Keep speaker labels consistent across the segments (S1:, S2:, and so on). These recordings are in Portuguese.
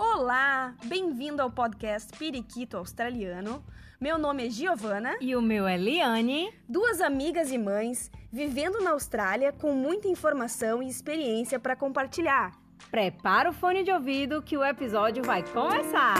S1: Olá, bem-vindo ao podcast Periquito Australiano. Meu nome é Giovana.
S2: E o meu é Liane.
S1: Duas amigas e mães vivendo na Austrália com muita informação e experiência para compartilhar.
S2: Prepara o fone de ouvido que o episódio vai começar!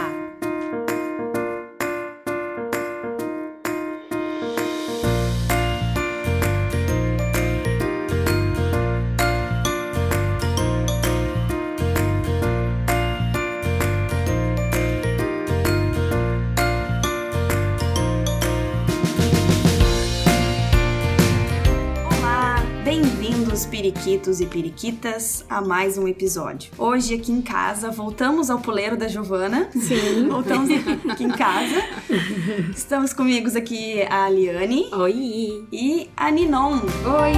S1: Bem-vindos, periquitos e periquitas, a mais um episódio. Hoje aqui em casa, voltamos ao puleiro da Giovana.
S2: Sim.
S1: Voltamos aqui em casa. Estamos comigo aqui a Liane.
S2: Oi.
S1: E a Ninon.
S2: Oi.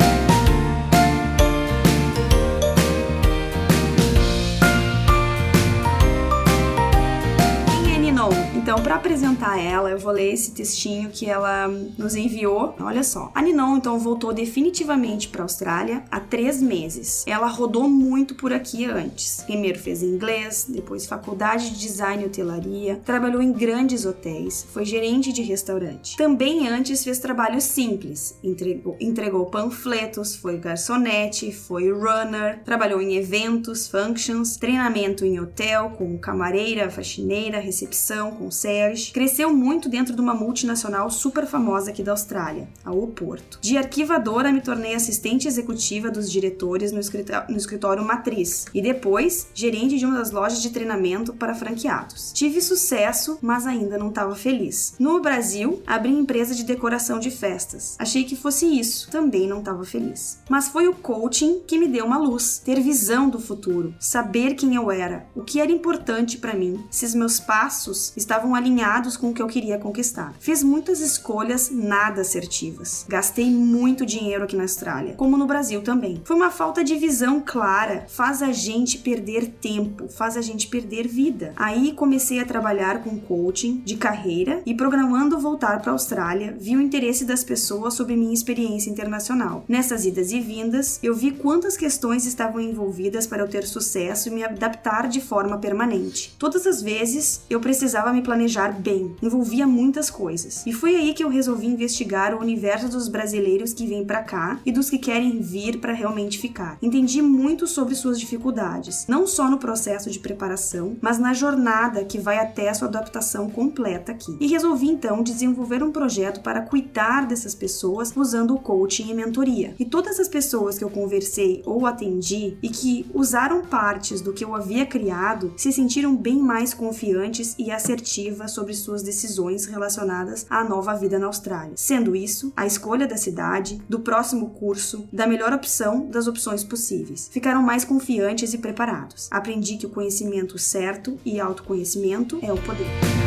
S1: Então, para apresentar ela, eu vou ler esse textinho que ela nos enviou. Olha só. A Ninon, então, voltou definitivamente para a Austrália há 3 meses. Ela rodou muito por aqui antes. Primeiro fez inglês, depois faculdade de design e hotelaria, trabalhou em grandes hotéis, foi gerente de restaurante. Também antes fez trabalhos simples, entregou panfletos, foi garçonete, foi runner, trabalhou em eventos, functions, treinamento em hotel, com camareira, faxineira, recepção, concierge. Cresceu muito dentro de uma multinacional super famosa aqui da Austrália, a Oporto. De arquivadora me tornei assistente executiva dos diretores no escritório matriz e depois gerente de uma das lojas de treinamento para franqueados. Tive sucesso, mas ainda não estava feliz. No Brasil, abri empresa de decoração de festas. Achei que fosse isso, também não estava feliz. Mas foi o coaching que me deu uma luz, ter visão do futuro, saber quem eu era, o que era importante para mim, se os meus passos estavam alinhados com o que eu queria conquistar. Fiz muitas escolhas nada assertivas. Gastei muito dinheiro aqui na Austrália, como no Brasil também. Foi uma falta de visão clara, faz a gente perder tempo, faz a gente perder vida. Aí comecei a trabalhar com coaching de carreira e programando voltar para a Austrália, vi o interesse das pessoas sobre minha experiência internacional. Nessas idas e vindas, eu vi quantas questões estavam envolvidas para eu ter sucesso e me adaptar de forma permanente. Todas as vezes, eu precisava me planejar bem, envolvia muitas coisas. E foi aí que eu resolvi investigar o universo dos brasileiros que vêm pra cá e dos que querem vir pra realmente ficar. Entendi muito sobre suas dificuldades, não só no processo de preparação, mas na jornada que vai até a sua adaptação completa aqui. E resolvi então desenvolver um projeto para cuidar dessas pessoas usando o coaching e mentoria. E todas as pessoas que eu conversei ou atendi e que usaram partes do que eu havia criado se sentiram bem mais confiantes e assertivas sobre suas decisões relacionadas à nova vida na Austrália. Sendo isso, a escolha da cidade, do próximo curso, da melhor opção das opções possíveis. Ficaram mais confiantes e preparados. Aprendi que o conhecimento certo e autoconhecimento é o poder.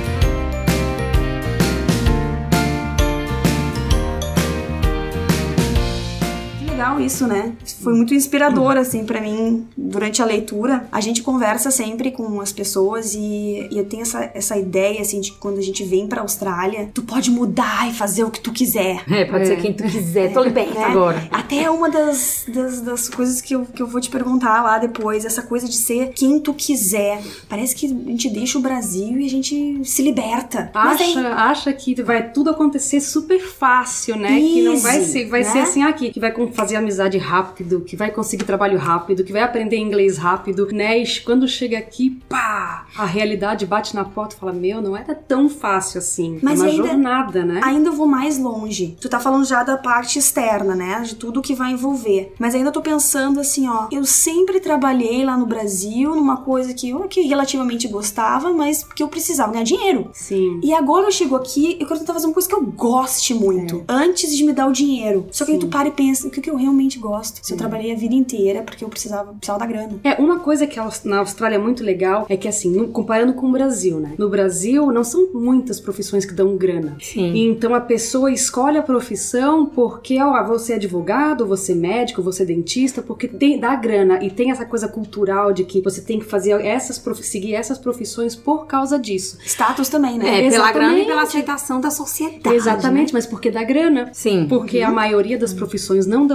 S1: Legal isso, né? Foi muito inspirador, assim, pra mim, durante a leitura. A gente conversa sempre com as pessoas e eu tenho essa ideia, assim, de que quando a gente vem pra Austrália, tu pode mudar e fazer o que tu quiser.
S2: Pode ser quem tu quiser. Tô liberta agora.
S1: Até uma das coisas que eu vou te perguntar lá depois, essa coisa de ser quem tu quiser. Parece que a gente deixa o Brasil e a gente se liberta.
S3: Acha que vai tudo acontecer super fácil, né? Easy, que não vai ser assim aqui, que vai fazer amizade rápido, que vai conseguir trabalho rápido, que vai aprender inglês rápido, né? E quando chega aqui, pá! A realidade bate na porta e fala, não era tão fácil assim.
S1: Mas
S3: é uma jornada, né?
S1: Ainda vou mais longe. Tu tá falando já da parte externa, né? De tudo que vai envolver. Mas ainda tô pensando assim, ó, eu sempre trabalhei lá no Brasil numa coisa que eu relativamente gostava, mas que eu precisava ganhar dinheiro.
S3: Sim.
S1: E agora eu chego aqui, eu quero tentar fazer uma coisa que eu goste muito, antes de me dar o dinheiro. Só que aí tu para e pensa, o que eu realmente gosto? Se eu trabalhei a vida inteira porque eu precisava da grana.
S3: Uma coisa que na Austrália é muito legal é que, assim, comparando com o Brasil, né? No Brasil, não são muitas profissões que dão grana.
S2: Sim.
S3: Então, a pessoa escolhe a profissão porque, você é advogado, você é médico, você é dentista, porque dá grana. E tem essa coisa cultural de que você tem que fazer seguir essas profissões por causa disso.
S1: Status também, né?
S2: Pela grana e pela aceitação da sociedade.
S3: Exatamente,
S2: né?
S3: Mas porque dá grana.
S2: Sim.
S3: Porque a maioria das profissões não dão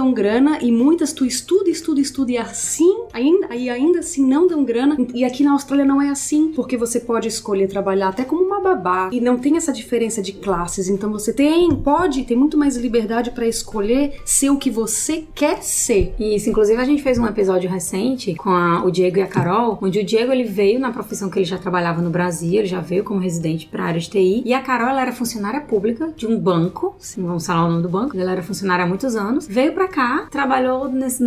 S3: dão grana e muitas tu estuda e assim, ainda assim não dão grana. E aqui na Austrália não é assim, porque você pode escolher trabalhar até como uma babá e não tem essa diferença de classes, então você tem muito mais liberdade pra escolher ser o que você quer ser.
S4: Isso, inclusive a gente fez um episódio recente com o Diego e a Carol, onde o Diego ele veio na profissão que ele já trabalhava no Brasil, ele já veio como residente pra área de TI, e a Carol ela era funcionária pública de um banco, assim, vamos falar o nome do banco, ela era funcionária há muitos anos, veio pra cá, trabalhou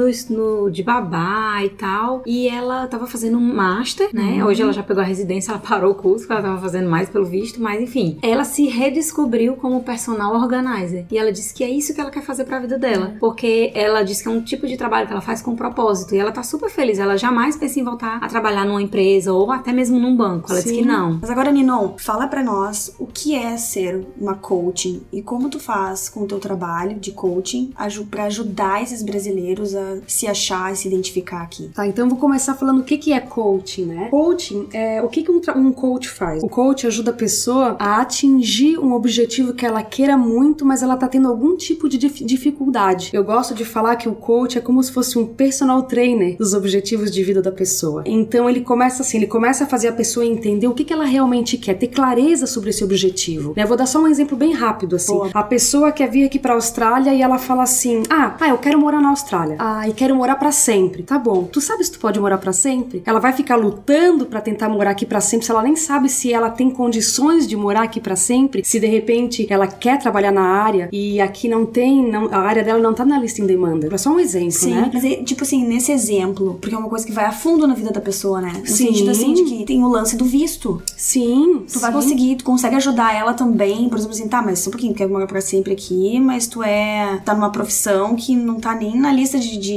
S4: de babá e tal, e ela tava fazendo um master, né, hoje ela já pegou a residência, ela parou o curso, porque ela tava fazendo mais pelo visto, mas enfim, ela se redescobriu como personal organizer, e ela disse que é isso que ela quer fazer pra vida dela, porque ela disse que é um tipo de trabalho que ela faz com propósito, e ela tá super feliz, ela jamais pensa em voltar a trabalhar numa empresa, ou até mesmo num banco, ela disse que não.
S1: Mas agora, Ninon, fala pra nós o que é ser uma coaching, e como tu faz com o teu trabalho de coaching pra ajudar esses brasileiros a se achar e se identificar aqui.
S3: Tá, então eu vou começar falando o que é coaching, né? Coaching é o que um coach faz. O coach ajuda a pessoa a atingir um objetivo que ela queira muito, mas ela tá tendo algum tipo de dificuldade. Eu gosto de falar que o coach é como se fosse um personal trainer dos objetivos de vida da pessoa. Então ele começa a fazer a pessoa entender o que ela realmente quer, ter clareza sobre esse objetivo. Eu vou dar só um exemplo bem rápido, assim. Boa. A pessoa quer vir aqui pra Austrália e ela fala assim, eu quero morar na Austrália. E quero morar pra sempre. Tá bom. Tu sabe se tu pode morar pra sempre? Ela vai ficar lutando pra tentar morar aqui pra sempre, se ela nem sabe se ela tem condições de morar aqui pra sempre, se de repente ela quer trabalhar na área e aqui a área dela não tá na lista em demanda. É só um exemplo,
S1: sim,
S3: né?
S1: Mas tipo assim, nesse exemplo, porque é uma coisa que vai a fundo na vida da pessoa, né? No sentido assim de que tem o lance do visto.
S3: Sim.
S1: Tu vai conseguir, tu consegue ajudar ela também, por exemplo assim, tá, mas só um pouquinho, tu quer morar pra sempre aqui, mas tu tá numa profissão que não tá nem na lista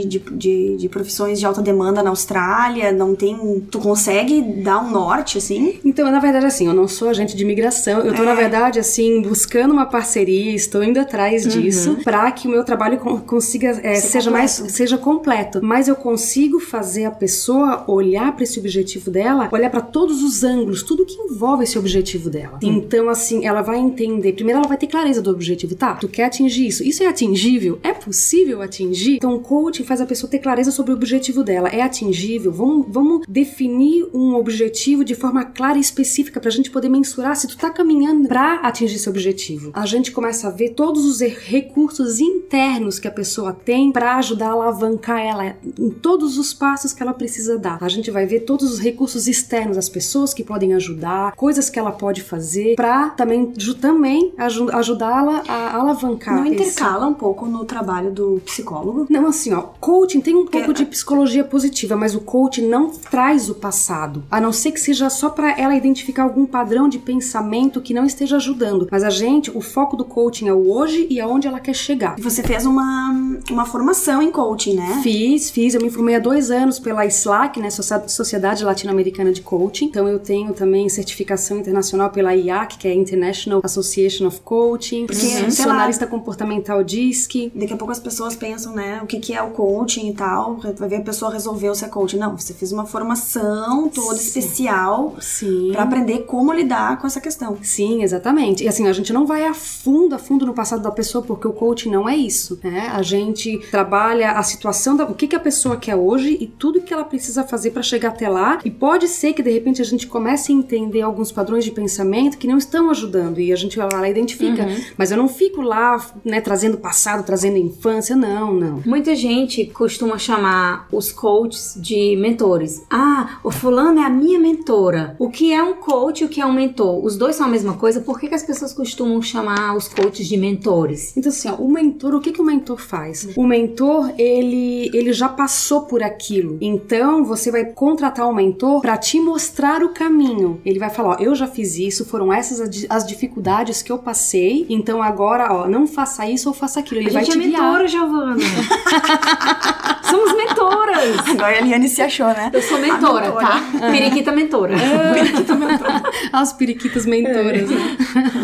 S1: de profissões de alta demanda na Austrália, não tem, tu consegue dar um norte, assim?
S3: Então, na verdade, assim, eu não sou agente de imigração, eu tô, na verdade, assim, buscando uma parceria, estou indo atrás disso, pra que o meu trabalho consiga, seja completo. Mas eu consigo fazer a pessoa olhar pra esse objetivo dela, olhar pra todos os ângulos, tudo que envolve esse objetivo dela. Então, assim, ela vai entender, primeiro ela vai ter clareza do objetivo, tá? Tu quer atingir isso? Isso é atingível? É possível atingir? Então, o coaching faz a pessoa ter clareza sobre o objetivo dela. É atingível? Vamos definir um objetivo de forma clara e específica pra gente poder mensurar se tu tá caminhando pra atingir esse objetivo. A gente começa a ver todos os recursos internos que a pessoa tem pra ajudar a alavancar ela em todos os passos que ela precisa dar. A gente vai ver todos os recursos externos, as pessoas que podem ajudar, coisas que ela pode fazer pra também ajudá-la a alavancar.
S1: Não intercala um pouco no trabalho do psicólogo?
S3: Não, assim, coaching tem um pouco de psicologia positiva, mas o coaching não traz o passado, a não ser que seja só pra ela identificar algum padrão de pensamento que não esteja ajudando. Mas o foco do coaching é o hoje e aonde ela quer chegar.
S1: Você fez uma formação em coaching, né?
S3: Fiz. Eu me formei há 2 anos pela SLAC, né? Sociedade Latino-Americana de Coaching. Então eu tenho também certificação internacional pela IAC, que é International Association of Coaching. Sou analista comportamental DISC.
S1: Daqui a pouco as pessoas pensam, né? O que é o coaching e tal. Vai ver a pessoa resolveu ser coaching. Não, você fez uma formação toda especial pra aprender como lidar com essa questão.
S3: Sim, exatamente. E assim, a gente não vai a fundo no passado da pessoa, porque o coaching não é isso, né? A gente trabalha a situação, o que a pessoa quer hoje e tudo que ela precisa fazer pra chegar até lá. E pode ser que de repente a gente comece a entender alguns padrões de pensamento que não estão ajudando e a gente vai lá e identifica. Mas eu não fico lá, né, trazendo passado, trazendo infância, não.
S4: Muita gente costuma chamar os coaches de mentores. O fulano é a minha mentora. O que é um coach e o que é um mentor? Os dois são a mesma coisa? Por que as pessoas costumam chamar os coaches de mentores?
S3: Então assim, o mentor, o que o mentor faz? O mentor, ele já passou por aquilo. Então, você vai contratar um mentor pra te mostrar o caminho. Ele vai falar, eu já fiz isso, foram essas as dificuldades que eu passei, então agora, não faça isso ou faça aquilo. Ele vai te guiar.
S4: A gente é mentora, Giovana. Somos mentoras.
S1: Agora a Eliane se achou, né?
S4: Eu sou mentora, tá? Periquita mentora.
S1: Periquita mentora.
S3: As periquitas mentoras, né?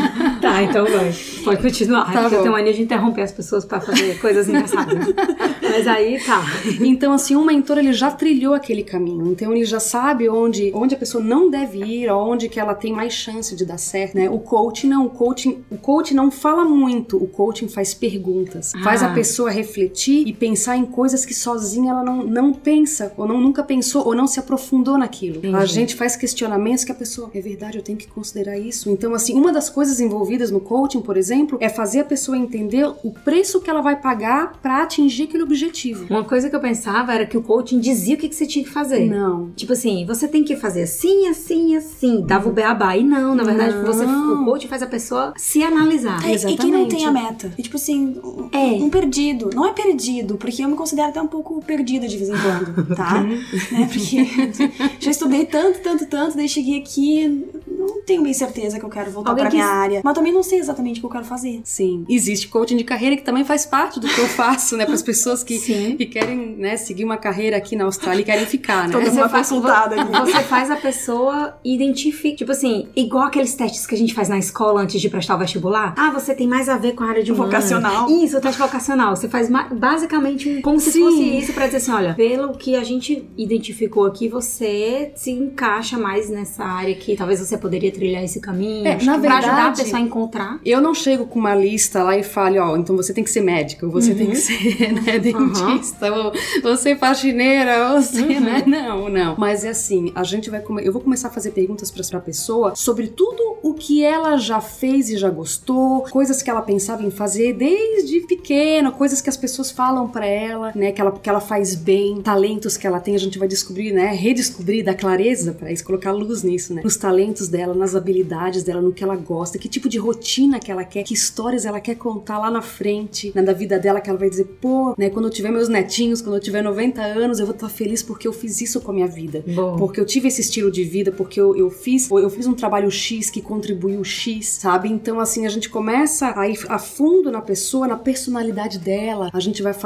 S4: Tá, então vai. Pode continuar.
S3: Tá,
S4: eu tenho mania de interromper as pessoas pra fazer coisas engraçadas. Mas aí, tá.
S3: Então, assim, um mentor, ele já trilhou aquele caminho. Então, ele já sabe onde a pessoa não deve ir, onde que ela tem mais chance de dar certo, né? O coaching não. O coaching não fala muito. O coaching faz perguntas. Faz a pessoa refletir e pensar em coisas que sozinha ela não pensa, ou nunca pensou, ou não se aprofundou naquilo. A gente faz questionamentos que a pessoa, é verdade, eu tenho que considerar isso. Então, assim, uma das coisas envolvidas no coaching, por exemplo, é fazer a pessoa entender o preço que ela vai pagar pra atingir aquele objetivo.
S4: Uma coisa que eu pensava era que o coaching dizia o que você tinha que fazer.
S3: Não.
S4: Tipo assim, você tem que fazer assim, assim, assim. Dava o beabá. E não, na verdade, o coaching faz a pessoa se analisar.
S1: E quem não tem a meta? E tipo assim, um perdido. Não é perdido, porque eu me considero até um pouco perdida de vez em quando, tá? Né? Porque já estudei tanto, daí cheguei aqui, não tenho bem certeza que eu quero voltar pra minha área. Mas também não sei exatamente o que eu quero fazer.
S3: Sim. Existe coaching de carreira que também faz parte do que eu faço, né? Para as pessoas que querem, né, seguir uma carreira aqui na Austrália e querem ficar, né?
S1: Toda uma consultada aqui.
S4: Você faz a pessoa identificar, tipo assim, igual aqueles testes que a gente faz na escola antes de prestar o vestibular. Ah, você tem mais a ver com a área de humanas.
S1: Vocacional.
S4: Isso, o teste vocacional. Você faz basicamente como se fosse isso pra dizer assim, olha, pelo que a gente identificou aqui, você se encaixa mais nessa área aqui. Talvez você poderia trilhar esse caminho.
S3: Na verdade,
S4: pra ajudar a pessoa a encontrar.
S3: Eu não chego com uma lista lá e falo, então você tem que ser médica, ou você tem que ser, né, dentista, ou você faxineira, ou você, né? Não. Mas é assim, eu vou começar a fazer perguntas pra pessoa sobre tudo o que ela já fez e já gostou, coisas que ela pensava em fazer desde pequena, coisas que as pessoas falam pra ela, né, que ela faz bem, talentos que ela tem, a gente vai descobrir, né, redescobrir, dar clareza pra isso, colocar luz nisso, né, nos talentos dela, nas habilidades dela, no que ela gosta, que tipo de rotina que ela quer, que histórias ela quer contar lá na frente, né, da vida dela, que ela vai dizer, pô, né, quando eu tiver meus netinhos, quando eu tiver 90 anos, eu vou estar feliz porque eu fiz isso com a minha vida. Bom. Porque eu tive esse estilo de vida, porque eu fiz um trabalho X que contribuiu X, sabe? Então, assim, a gente começa a ir a fundo na pessoa, na personalidade dela, a gente vai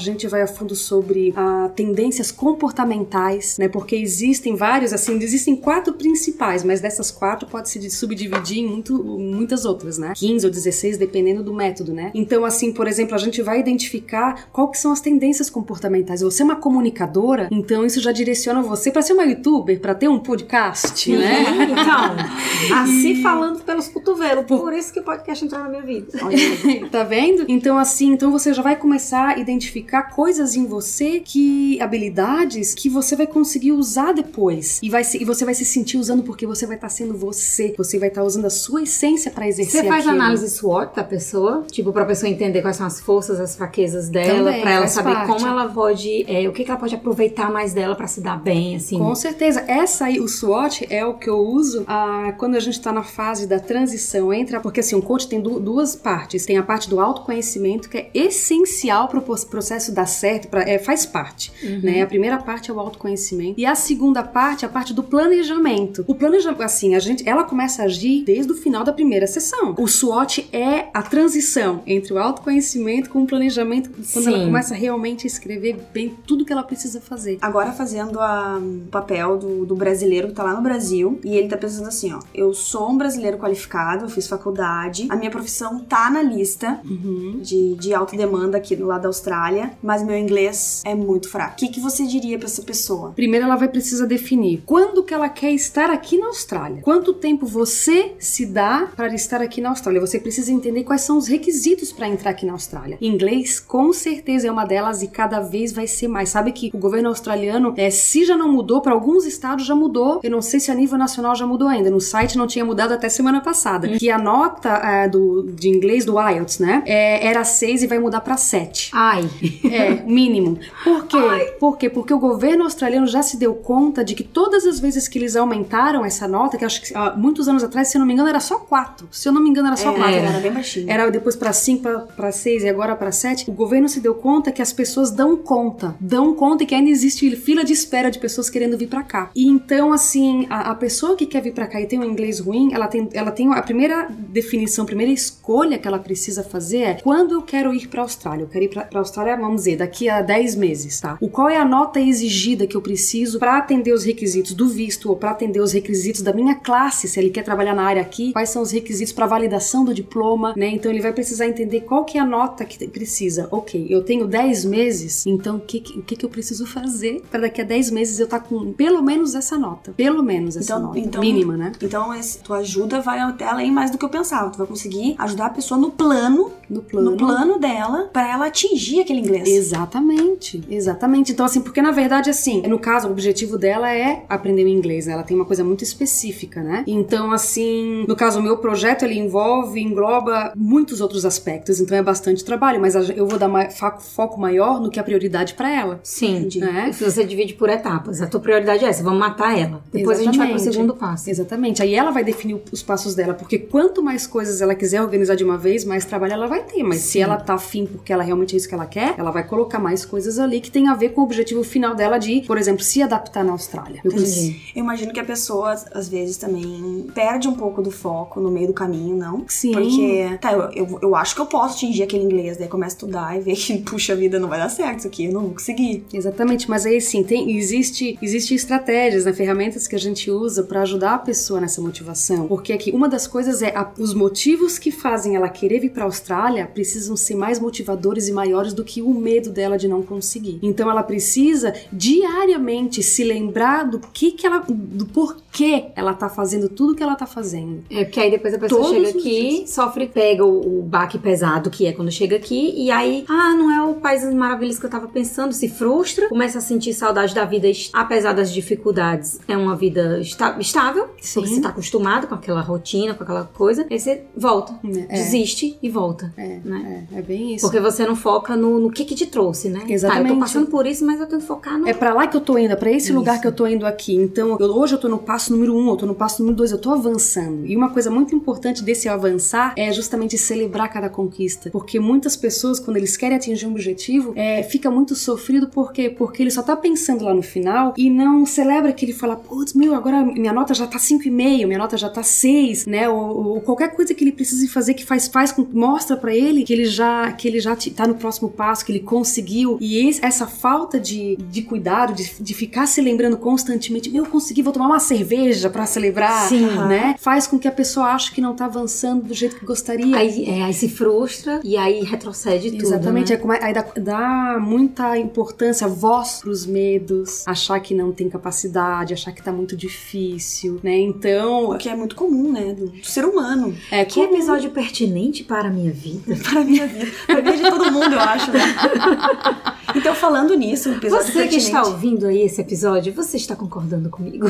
S3: a fundo sobre tendências comportamentais, né, porque existem 4 principais, mas dessas 4 pode se subdividir em muitas outras, né? 15 ou 16, dependendo do método, né? Então, assim, por exemplo, a gente vai identificar qual que são as tendências comportamentais. Você é uma comunicadora, então isso já direciona você para ser uma youtuber, para ter um podcast, né?
S4: Então, assim falando pelos cotovelos, por isso que o podcast entrou na minha vida.
S3: Olha, tá vendo? Então, assim, você já vai começar a identificar coisas em você, habilidades que você vai conseguir usar depois. E você vai se sentir usando porque você vai estar sendo você. Você vai estar usando a sua essência pra exercer aquilo.
S4: Você faz análise SWOT da pessoa? Tipo, pra pessoa entender quais são as forças, as fraquezas dela, também, pra ela saber como ela pode, o que ela pode aproveitar mais dela pra se dar bem, assim.
S3: Com certeza. O SWOT é o que eu uso quando a gente tá na fase da transição porque assim, o coach tem duas partes. Tem a parte do autoconhecimento, que é essencial pro processo dar certo, faz parte, né? A primeira parte é o autoconhecimento e a segunda parte é a parte do planejamento. O planejamento, assim, ela começa a agir desde o final da primeira sessão. O SWOT é a transição entre o autoconhecimento com o planejamento, quando ela começa realmente a escrever bem tudo que ela precisa fazer.
S1: Agora fazendo o papel do brasileiro que tá lá no Brasil, e ele tá pensando assim, eu sou um brasileiro qualificado, eu fiz faculdade, a minha profissão tá na lista de alta demanda aqui do lado da Austrália, mas meu inglês é muito fraco. O que você diria pra essa pessoa?
S3: Primeiro ela vai precisar definir quando que ela quer estar aqui na Austrália. Quanto tempo você se dá para estar aqui na Austrália? Você precisa entender quais são os requisitos para entrar aqui na Austrália. Inglês, com certeza, é uma delas e cada vez vai ser mais. Sabe que o governo australiano, se já não mudou, para alguns estados já mudou. Eu não sei se a nível nacional já mudou ainda. No site não tinha mudado até semana passada. Que a nota de inglês do IELTS, né, era 6 e vai mudar para 7.
S4: Ai.
S3: Mínimo. Por quê? Por quê? Porque o governo australiano já se deu conta de que todas as vezes que eles aumentaram essa nota, que acho que muitos anos atrás, se eu não me engano, era só 4. Se eu não me engano, era só 4.
S1: Era bem baixinho.
S3: Era depois para 5, para 6 e agora para 7. O governo se deu conta que as pessoas dão conta e que ainda existe fila de espera de pessoas querendo vir para cá. E então, assim, a pessoa que quer vir para cá e tem um inglês ruim, tem a primeira definição, a primeira escolha que ela precisa fazer é: quando eu quero ir pra Austrália? Eu quero ir pra Austrália, vamos dizer, daqui a 10 meses, tá? Qual é a nota exigida que eu preciso pra atender os requisitos do visto ou pra atender os requisitos da minha classe, se ele quer trabalhar na área aqui, quais são os requisitos pra validação do diploma, né? Então ele vai precisar entender qual que é a nota que precisa. Ok, eu tenho 10 meses, então o que eu preciso fazer pra daqui a 10 meses eu estar com pelo menos essa nota. Pelo menos essa nota. Mínima, né?
S1: Então, tua ajuda vai até além mais do que eu pensava. Tu vai conseguir ajudar a pessoa no plano dela, pra ela atingir aquele inglês.
S3: Exatamente. Então, assim, porque na verdade, assim, no caso, o objetivo dela é aprender o inglês, né? Ela tem uma coisa muito específica, né? Então, assim, no caso, o meu projeto, ele engloba muitos outros aspectos, então é bastante trabalho, mas eu vou dar foco maior no que é a prioridade pra ela.
S4: Sim. Né? Se você divide por etapas, a tua prioridade é essa, vamos matar ela. Depois a gente vai pro segundo passo.
S3: Exatamente. Aí ela vai definir os passos dela, porque quanto mais coisas ela quiser organizar de uma vez, mais trabalho ela vai ter, mas se ela tá afim porque ela realmente é isso que ela quer, ela vai colocar mais coisas ali que tem a ver com o objetivo final dela de, por exemplo, se adaptar na Austrália.
S1: Eu imagino que a pessoa, às vezes, também perde um pouco do foco no meio do caminho, não?
S3: Sim.
S1: Porque, eu acho que eu posso atingir aquele inglês, daí começa a estudar e ver que, puxa vida, não vai dar certo isso aqui, eu não vou conseguir.
S3: Exatamente, mas aí sim, existe estratégias, né, ferramentas que a gente usa pra ajudar a pessoa nessa motivação, porque aqui uma das coisas é os motivos que fazem ela querer vir pra Austrália precisam ser mais motivadores e maiores do que o medo dela de não conseguir. Então ela precisa diariamente se lembrar do porquê ela tá fazendo tudo que ela tá fazendo.
S4: É, porque aí depois a pessoa chega aqui, pega o baque pesado que é quando chega aqui, e aí, não é o País das Maravilhas que eu tava pensando, se frustra, começa a sentir saudade da vida, apesar das dificuldades, é uma vida estável, porque você tá acostumado com aquela rotina, com aquela coisa, aí você volta, desiste e volta.
S3: É bem isso.
S4: Porque você não foca no que te trouxe, né?
S3: Exatamente.
S4: Eu tô passando por isso, mas eu tenho que focar no...
S3: É pra lá que eu tô indo, é pra esse lugar que eu tô indo aqui. Então, hoje eu tô no passo número 1, eu tô no passo número 2, eu tô avançando. E uma coisa muito importante desse avançar é justamente celebrar cada conquista. Porque muitas pessoas, quando eles querem atingir um objetivo, fica muito sofrido. Por quê? Porque ele só tá pensando lá no final e não celebra que ele fala, putz, agora minha nota já tá 5,5, minha nota já tá 6, né? Ou qualquer coisa que ele precise fazer que mostra pra ele que ele já tá no próximo passo, que ele conseguiu. E essa falta de cuidado, de ficar se lembrando constantemente, eu consegui, vou tomar uma cerveja pra celebrar, né? Faz com que a pessoa ache que não tá avançando do jeito que gostaria.
S4: Aí se frustra e aí retrocede tudo.
S3: Exatamente,
S4: né?
S3: Aí dá muita importância, voz pros medos, achar que não tem capacidade, achar que tá muito difícil, né? Então...
S1: O que é muito comum, né? Do ser humano.
S4: Que episódio pertinente para a minha vida.
S1: Para a minha vida. Para a vida de todo mundo, eu acho, né? Então, falando nisso, o episódio
S4: Você que está ouvindo aí esse episódio, você está concordando comigo?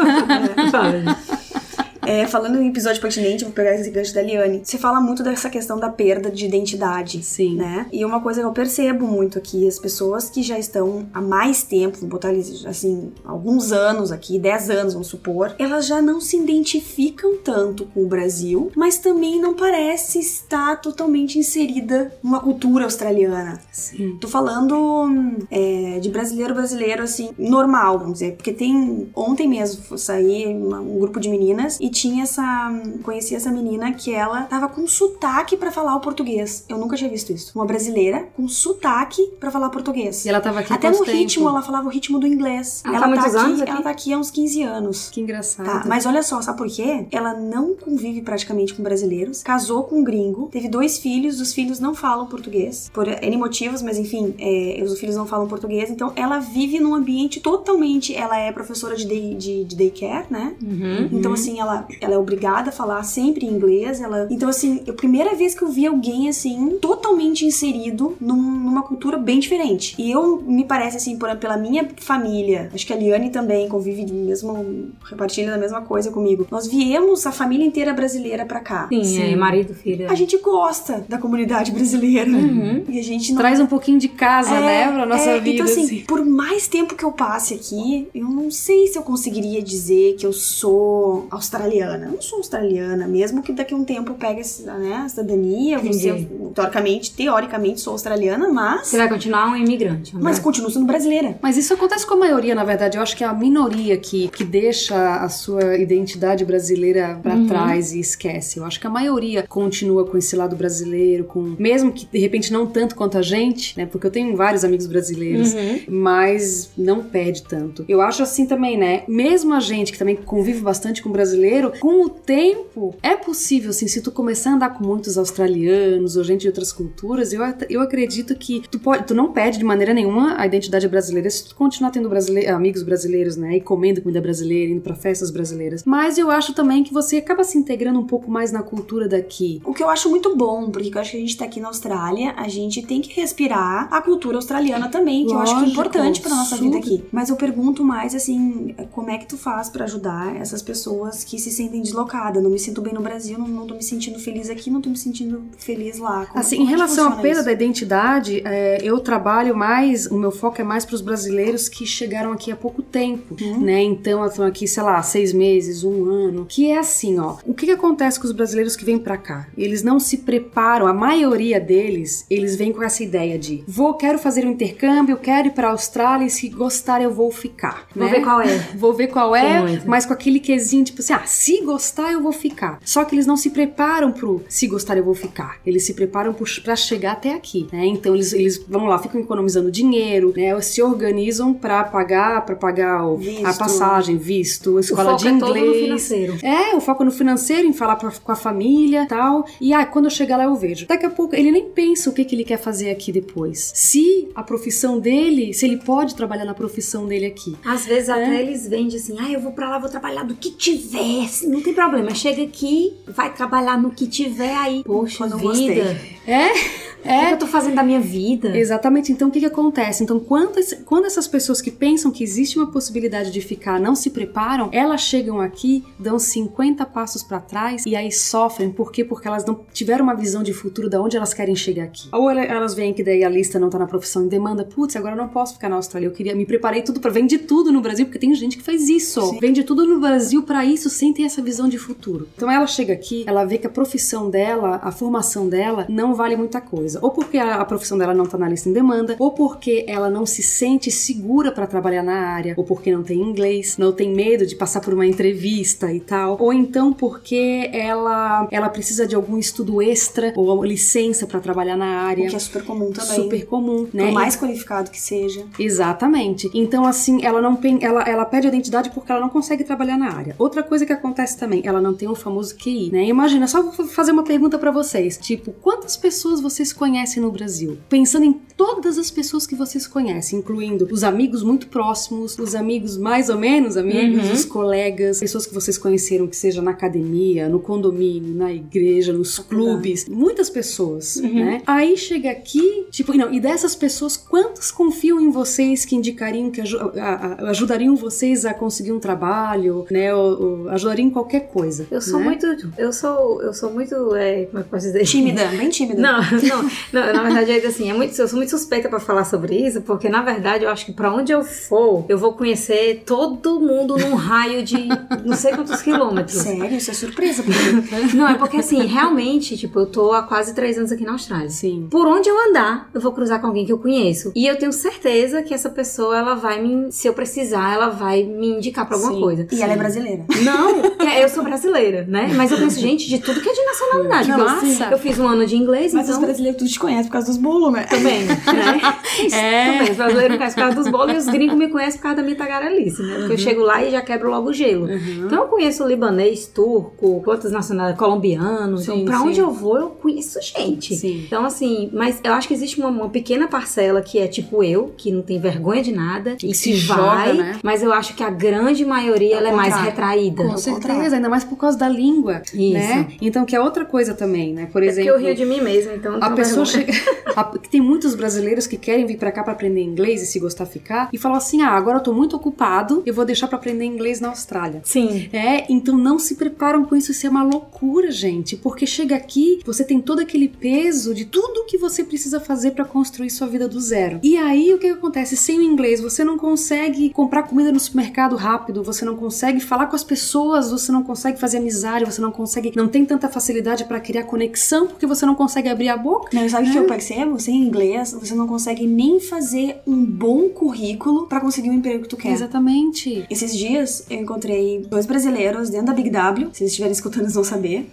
S4: Fala.
S1: Falando em episódio pertinente, vou pegar esse gancho da Liane. Você fala muito dessa questão da perda de identidade.
S3: Sim.
S1: Né? E uma coisa que eu percebo muito aqui, as pessoas que já estão há mais tempo, vou botar assim, alguns anos aqui, 10 anos, vamos supor, elas já não se identificam tanto com o Brasil, mas também não parece estar totalmente inserida numa cultura australiana.
S3: Sim.
S1: Tô falando de brasileiro, assim, normal, vamos dizer, porque ontem mesmo, saí um grupo de meninas e conheci essa menina que ela tava com sotaque pra falar o português. Eu nunca tinha visto isso. Uma brasileira com sotaque pra falar português.
S3: E ela tava aqui
S1: até no ritmo, ela falava o ritmo do inglês.
S4: Ela
S1: tá aqui há uns 15 anos.
S3: Que engraçado.
S1: Tá, mas olha só, sabe por quê? Ela não convive praticamente com brasileiros, casou com um gringo, teve 2 filhos, os filhos não falam português, por N motivos, mas enfim, os filhos não falam português, então ela vive num ambiente totalmente, ela é professora de daycare, né? Então assim, ela é obrigada a falar sempre em inglês, então assim, a primeira vez que eu vi alguém assim, totalmente inserido numa cultura bem diferente. E me parece assim, pela minha família, acho que a Liane também convive repartilha da mesma coisa comigo. Nós viemos a família inteira brasileira pra cá.
S4: Sim. Marido, filho.
S1: A gente gosta da comunidade brasileira. E a gente
S3: traz um pouquinho de casa, né, pra nossa vida.
S1: Então assim, por mais tempo que eu passe aqui, eu não sei se eu conseguiria dizer que eu sou australiana australiana. Eu não sou australiana, mesmo que daqui a um tempo eu pegue a cidadania, você, teoricamente sou australiana, mas...
S4: Você vai continuar um imigrante.
S1: Mas continuo sendo brasileira.
S3: Mas isso acontece com a maioria, na verdade. Eu acho que é a minoria que deixa a sua identidade brasileira pra trás e esquece. Eu acho que a maioria continua com esse lado brasileiro, mesmo que de repente não tanto quanto a gente, né? Porque eu tenho vários amigos brasileiros, mas não perde tanto. Eu acho assim também, né? Mesmo a gente que também convive bastante com brasileiro, com o tempo é possível, assim, se tu começar a andar com muitos australianos ou gente de outras culturas, eu acredito que tu não perde de maneira nenhuma a identidade brasileira se tu continuar tendo amigos brasileiros, né? E comendo comida brasileira, indo pra festas brasileiras. Mas eu acho também que você acaba se integrando um pouco mais na cultura daqui.
S1: O que eu acho muito bom, porque eu acho que a gente tá aqui na Austrália, a gente tem que respirar a cultura australiana também, que
S3: Lógico,
S1: eu acho que é importante pra nossa
S3: super.
S1: vida aqui. Mas eu pergunto mais, assim, como é que tu faz pra ajudar essas pessoas que se sentem deslocadas? Não me sinto bem no Brasil, não tô me sentindo feliz aqui, não tô me sentindo feliz lá.
S3: Em relação à perda da identidade, eu trabalho mais, o meu foco é mais pros brasileiros que chegaram aqui há pouco tempo, né? Então, estão aqui, sei lá, 6 meses, 1 ano. Que é assim, ó. O que acontece com os brasileiros que vêm pra cá? Eles não se preparam, a maioria deles, eles vêm com essa ideia de quero fazer um intercâmbio, quero ir pra Austrália e se gostar eu vou ficar.
S4: Vou ver qual é.
S3: Vou ver qual é, mas com aquele quesinho, tipo assim, se gostar eu vou ficar. Só que eles não se preparam pro se gostar eu vou ficar. Eles se preparam pra chegar até aqui, né? Então eles vamos lá, ficam economizando dinheiro, né? Se organizam pra pagar a passagem, visto, escola de inglês. O foco é todo no financeiro. O foco no financeiro, em falar com a família e tal. E quando eu chegar lá eu vejo. Daqui a pouco ele nem pensa o que ele quer fazer aqui depois. Se a profissão dele, se ele pode trabalhar na profissão dele aqui.
S4: Às vezes até eles vendem assim, eu vou pra lá, vou trabalhar do que tiver, não tem problema. Chega aqui, vai trabalhar no que tiver aí. Poxa, vida.
S1: Gostei.
S4: O que eu tô fazendo da minha vida?
S3: Exatamente. Então, o que acontece? Então, quando essas pessoas que pensam que existe uma possibilidade de ficar não se preparam, elas chegam aqui, dão 50 passos pra trás e aí sofrem. Por quê? Porque elas não tiveram uma visão de futuro de onde elas querem chegar aqui. Ou elas veem que daí a lista não tá na profissão em demanda. Putz, agora eu não posso ficar na Austrália. Me preparei tudo vende tudo no Brasil, porque tem gente que faz isso. Sim. Vende tudo no Brasil pra isso, sem ter essa visão de futuro. Então, ela chega aqui, ela vê que a profissão dela, a formação dela, não vale muita coisa. Ou porque a profissão dela não tá na lista em demanda, ou porque ela não se sente segura pra trabalhar na área, ou porque não tem inglês, não tem medo de passar por uma entrevista e tal, ou então porque ela precisa de algum estudo extra ou licença pra trabalhar na área.
S1: O que é super comum também.
S3: Super comum, né?
S1: Por mais qualificado que seja.
S3: Exatamente. Então, assim, ela perde a identidade porque ela não consegue trabalhar na área. Outra coisa que acontece também, ela não tem o famoso QI, né? Imagina, só vou fazer uma pergunta pra vocês. Tipo, quantas pessoas vocês conhecem no Brasil? Pensando em todas as pessoas que vocês conhecem, incluindo os amigos muito próximos, os amigos mais ou menos amigos, os colegas, pessoas que vocês conheceram, que seja na academia, no condomínio, na igreja, nos clubes, muitas pessoas, né? Aí chega aqui, tipo, e dessas pessoas, quantos confiam em vocês que indicariam, que ajudariam vocês a conseguir um trabalho, né? Ou ajudariam em qualquer coisa.
S4: Eu sou muito, como é que eu posso dizer?
S1: Tímida, bem tímida.
S4: Não, na verdade é assim, eu sou muito suspeita pra falar sobre isso, porque na verdade eu acho que pra onde eu for, eu vou conhecer todo mundo num raio de não sei quantos quilômetros.
S1: Sério? Isso é surpresa pra mim.
S4: Não, é porque assim, realmente, tipo, eu tô há quase 3 anos aqui na Austrália.
S3: Sim.
S4: Por onde eu andar, eu vou cruzar com alguém que eu conheço. E eu tenho certeza que essa pessoa, ela vai se eu precisar, ela vai me indicar pra alguma coisa.
S1: E ela é brasileira.
S4: Não, eu sou brasileira, né? Mas eu conheço gente de tudo que é de nacionalidade.
S3: Nossa.
S4: Eu fiz 1 ano de inglês,
S1: mas
S4: então...
S1: os brasileiros tudo te conhecem por causa dos bolos, né?
S4: Também, né? Também, os brasileiros me conhecem por causa dos bolos e os gringos me conhecem por causa da minha tagarelice, né? Porque eu chego lá e já quebro logo o gelo. Então eu conheço libanês, turco, outras nacionalidades, colombiano. Então pra onde eu vou, eu conheço gente.
S3: Sim.
S4: Então assim, mas eu acho que existe uma pequena parcela que é tipo eu, que não tem vergonha de nada e
S3: se
S4: que
S3: joga,
S4: vai,
S3: né?
S4: Mas eu acho que a grande maioria ela é mais retraída.
S3: Com certeza, ainda mais por causa da língua,
S4: Isso.
S3: né? Então, que é outra coisa também, né? Por exemplo...
S4: Porque eu rio de mim mesma, então não
S3: a pessoa pessoa chega... Tem muitos brasileiros que querem vir pra cá pra aprender inglês e se gostar ficar, e falam assim, agora eu tô muito ocupado, eu vou deixar pra aprender inglês na Austrália.
S4: Sim.
S3: Então não se preparam com isso é uma loucura, gente, porque chega aqui, você tem todo aquele peso de tudo que você precisa fazer pra construir sua vida do zero. E aí, o que acontece? Sem o inglês, você não consegue comprar comida no supermercado rápido, você não consegue falar com as pessoas, você não consegue fazer amizade, você não tem tanta facilidade pra criar conexão, porque você não consegue abrir a boca.
S1: Não, sabe o que eu percebo? Sem inglês, você não consegue nem fazer um bom currículo pra conseguir o emprego que tu quer.
S3: Exatamente.
S1: Esses dias, eu encontrei 2 brasileiros dentro da Big W, se eles estiverem escutando, eles vão saber.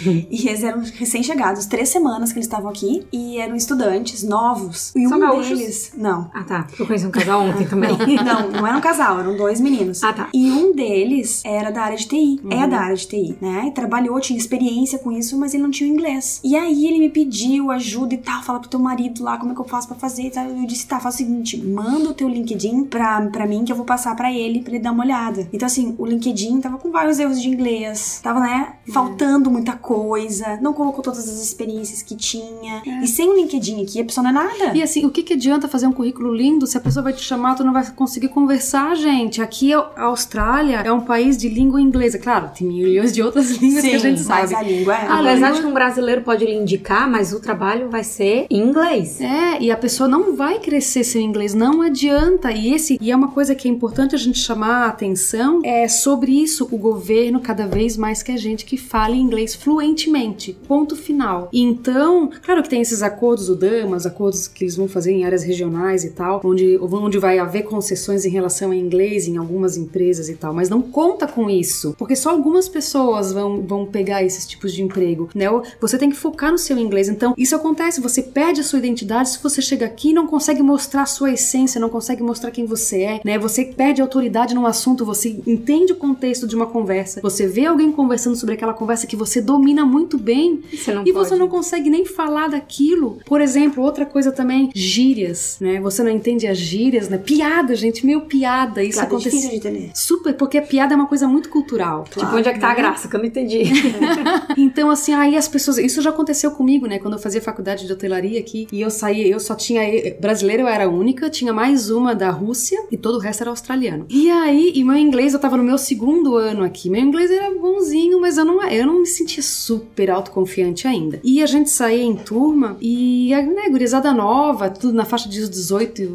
S1: E eles eram recém-chegados, 3 semanas que eles estavam aqui, e eram estudantes novos. E um deles... Não.
S4: Ah, tá. Eu conheci um casal ontem também.
S1: Não era um casal, eram 2 meninos.
S4: Ah, tá.
S1: E um deles era da área de TI. É da área de TI, né? E trabalhou, tinha experiência com isso, mas ele não tinha o inglês. E aí ele me pediu ajuda e tal, fala pro teu marido lá como é que eu faço pra fazer e tal. Eu disse, tá, faz o seguinte, manda o teu LinkedIn pra mim que eu vou passar pra ele dar uma olhada. Então assim, o LinkedIn tava com vários erros de inglês, tava, né, faltando muita coisa, não colocou todas as experiências que tinha. E sem o LinkedIn aqui, a pessoa não é nada.
S3: E assim, o que adianta fazer um currículo lindo se a pessoa vai te chamar, tu não vai conseguir conversar, gente? Aqui a Austrália é um país de língua inglesa. Claro, tem milhões de outras línguas que a gente sabe.
S1: Mas a língua é...
S4: Apesar de que um brasileiro pode lhe indicar, mas o trabalho vai ser em inglês.
S3: E a pessoa não vai crescer sem inglês, não adianta. E é uma coisa que é importante a gente chamar a atenção, é sobre isso, o governo cada vez mais quer gente que fale inglês fluentemente, ponto final. Então, claro que tem esses acordos, o DAMA, os acordos que eles vão fazer em áreas regionais e tal, onde vai haver concessões em relação ao inglês em algumas empresas e tal, mas não conta com isso, porque só algumas pessoas vão pegar esses tipos de emprego, né? Você tem que focar no seu inglês. Então, isso acontece, você perde a sua identidade se você chega aqui e não consegue mostrar a sua essência, não consegue mostrar quem você é, né? Você perde autoridade num assunto, você entende o contexto de uma conversa, você vê alguém conversando sobre aquela conversa que você domina muito bem você não consegue nem falar daquilo. Por exemplo, outra coisa também, gírias, né? Você não entende as gírias, né? Piada, gente, piada. Isso acontece.
S1: É difícil de entender.
S3: Super, porque a piada é uma coisa muito cultural.
S4: Claro, tipo, onde é que tá a graça? Que eu não entendi.
S3: Então, assim, aí as pessoas... Isso já aconteceu comigo, né? Quando eu fazia faculdade de hotelaria aqui, e eu saía, eu só tinha... Brasileira eu era a única, tinha mais uma da Rússia, e todo o resto era australiano. E aí, meu inglês, eu tava no meu 2º ano aqui. Meu inglês era bonzinho, mas eu não me sentia super autoconfiante ainda. E a gente saía em turma, e, né, gurizada nova, tudo na faixa de 18,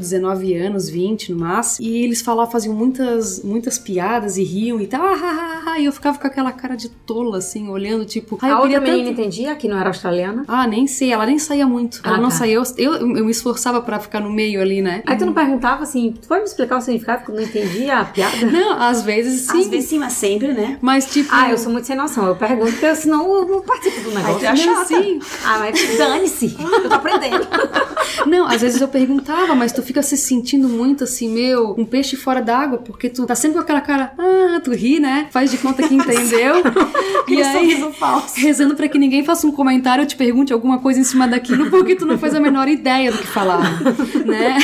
S3: 19 anos, 20 no máximo, e eles faziam muitas piadas e riam e tal, e eu ficava com aquela cara de tola, assim, olhando, tipo...
S4: A outra menina entendia que não era australiana?
S3: Nem sei, ela nem saía muito. Ela não saía, eu me esforçava pra ficar no meio ali, né?
S4: Aí tu não perguntava assim, tu pode me explicar o significado que eu não entendia a piada?
S3: Não, às vezes sim.
S1: Às vezes sim, mas sempre, né?
S3: Mas tipo...
S4: eu sou muito sem noção, eu pergunto porque senão eu não participo do negócio.
S1: Aí tu é chata.
S3: Sim.
S4: Mas dane-se, eu tô aprendendo.
S3: Não, às vezes eu perguntava, mas tu fica se sentindo muito assim, um peixe fora d'água, porque tu tá sempre com aquela cara, tu ri, né? Faz de conta que entendeu. E aí, rezando pra que ninguém faça um comentário ou te pergunte alguma coisa em cima daquilo, porque tu não faz a menor ideia do que falar, né?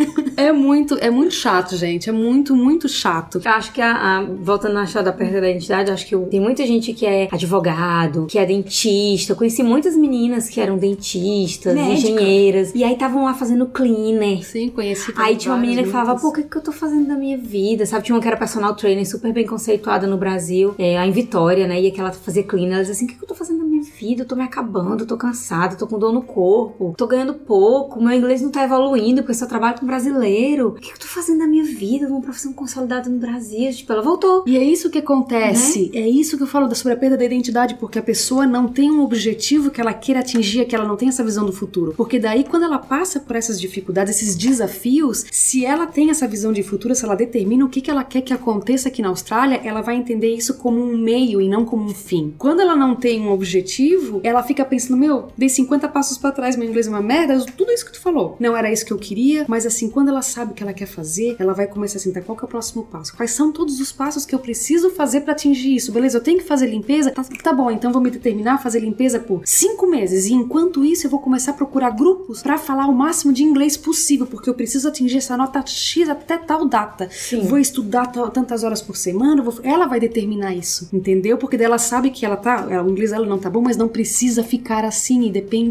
S3: É muito chato, gente. É muito, muito chato.
S4: Eu acho que, voltando na história da perda da identidade, acho que tem muita gente que é advogado, que é dentista. Eu conheci muitas meninas que eram dentistas, engenheiras. E aí estavam lá fazendo cleaner.
S3: Sim, conheci.
S4: Aí tinha uma menina que falava, pô, o que eu tô fazendo da minha vida? Sabe, tinha uma que era personal trainer, super bem conceituada no Brasil, em Vitória, né? E que ela fazia cleaner. Ela dizia assim, o que eu tô fazendo da minha vida? Eu tô me acabando, eu tô cansada, tô com dor no corpo, tô ganhando pouco, meu inglês não tá evoluindo, porque eu só trabalho com brasileiro. O que eu tô fazendo da minha vida? Uma profissão consolidada no Brasil. Tipo, ela voltou.
S3: E é isso que acontece. Né? É isso que eu falo sobre a perda da identidade, porque a pessoa não tem um objetivo que ela queira atingir, que ela não tem essa visão do futuro. Porque daí, quando ela passa por essas dificuldades, esses desafios, se ela tem essa visão de futuro, se ela determina o que ela quer que aconteça aqui na Austrália, ela vai entender isso como um meio e não como um fim. Quando ela não tem um objetivo, ela fica pensando, dei 50 passos pra trás, meu inglês é uma merda, tudo isso que tu falou. Não era isso que eu queria, mas assim, quando ela sabe o que ela quer fazer, ela vai começar assim, qual que é o próximo passo? Quais são todos os passos que eu preciso fazer pra atingir isso? Beleza, eu tenho que fazer limpeza? Tá bom, então vou me determinar a fazer limpeza por 5 meses, e enquanto isso eu vou começar a procurar grupos pra falar o máximo de inglês possível, porque eu preciso atingir essa nota X até tal data.
S4: Sim.
S3: Vou estudar tantas horas por semana, ela vai determinar isso, entendeu? Porque daí ela sabe que o inglês dela não tá bom, mas não precisa ficar assim, e depende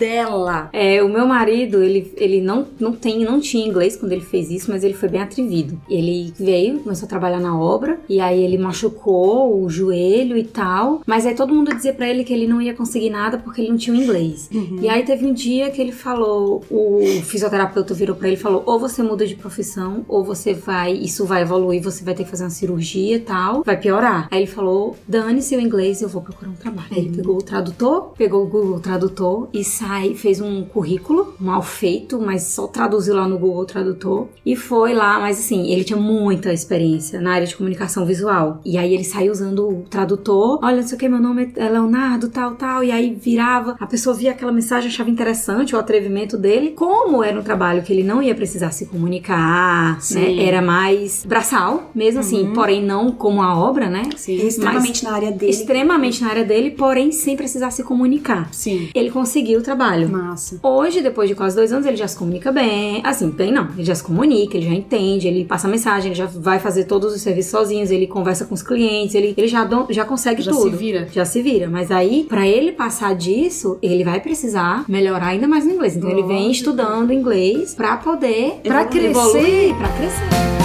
S3: dela.
S4: O meu marido, ele não tinha inglês quando ele fez isso, mas ele foi bem atrevido. Ele veio, começou a trabalhar na obra, e aí ele machucou o joelho e tal, mas aí todo mundo dizia pra ele que ele não ia conseguir nada porque ele não tinha o inglês. E aí teve um dia que ele falou, o fisioterapeuta virou pra ele e falou, ou você muda de profissão, ou isso vai evoluir, você vai ter que fazer uma cirurgia e tal, vai piorar. Aí ele falou, dane-se o inglês, eu vou procurar um trabalho. Aí ele pegou o Google Tradutor e fez um currículo mal feito, mas só traduziu lá no Google Tradutor e foi lá, mas assim, ele tinha muita experiência na área de comunicação visual. E aí ele saiu usando o tradutor, olha, não sei o que, meu nome é Leonardo, tal, e aí virava, a pessoa via aquela mensagem, achava interessante o atrevimento dele, como era um trabalho que ele não ia precisar se comunicar, né, era mais braçal, mesmo assim, porém não como a obra, né?
S1: Sim. Extremamente na área dele.
S4: Extremamente na área dele, porém sem precisar se comunicar.
S3: Sim.
S4: Ele conseguiu o trabalho.
S3: Massa.
S4: Hoje, depois de quase 2 anos, ele já se comunica bem. Assim, bem não. Ele já se comunica, ele já entende, ele passa mensagem, ele já vai fazer todos os serviços sozinhos, ele conversa com os clientes, ele já consegue tudo. Já se vira. Mas aí, pra ele passar disso, ele vai precisar melhorar ainda mais no inglês. Então ele vem estudando inglês pra poder evoluir, pra crescer.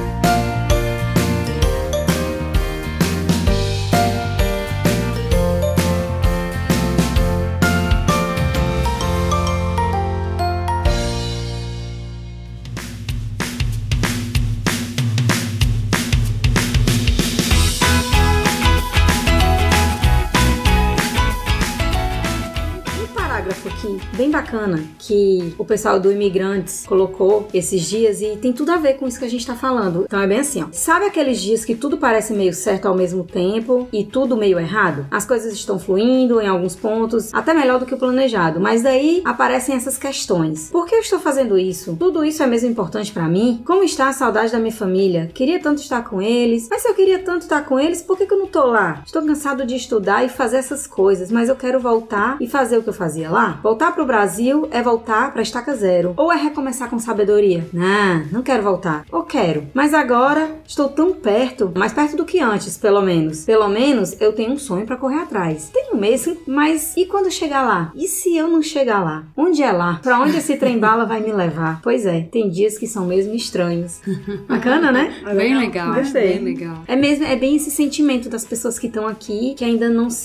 S4: Bem bacana que o pessoal do Imigrantes colocou esses dias e tem tudo a ver com isso que a gente tá falando. Então é bem assim, ó. Sabe aqueles dias que tudo parece meio certo ao mesmo tempo e tudo meio errado? As coisas estão fluindo em alguns pontos, até melhor do que o planejado, mas daí aparecem essas questões. Por que eu estou fazendo isso? Tudo isso é mesmo importante pra mim? Como está a saudade da minha família? Queria tanto estar com eles, mas se eu queria tanto estar com eles, por que eu não tô lá? Estou cansado de estudar e fazer essas coisas, mas eu quero voltar e fazer o que eu fazia lá? Voltar pro Brasil é voltar pra estaca zero. Ou é recomeçar com sabedoria? Não quero voltar. Ou quero. Mas agora estou tão perto, mais perto do que antes, pelo menos. Pelo menos eu tenho um sonho pra correr atrás. Tenho mesmo, mas e quando chegar lá? E se eu não chegar lá? Onde é lá? Pra onde esse trem-bala vai me levar? Pois é, tem dias que são mesmo estranhos. Bacana, né?
S3: Bem legal.
S4: Gostei.
S3: Bem legal.
S4: É bem esse sentimento das pessoas que estão aqui, que ainda não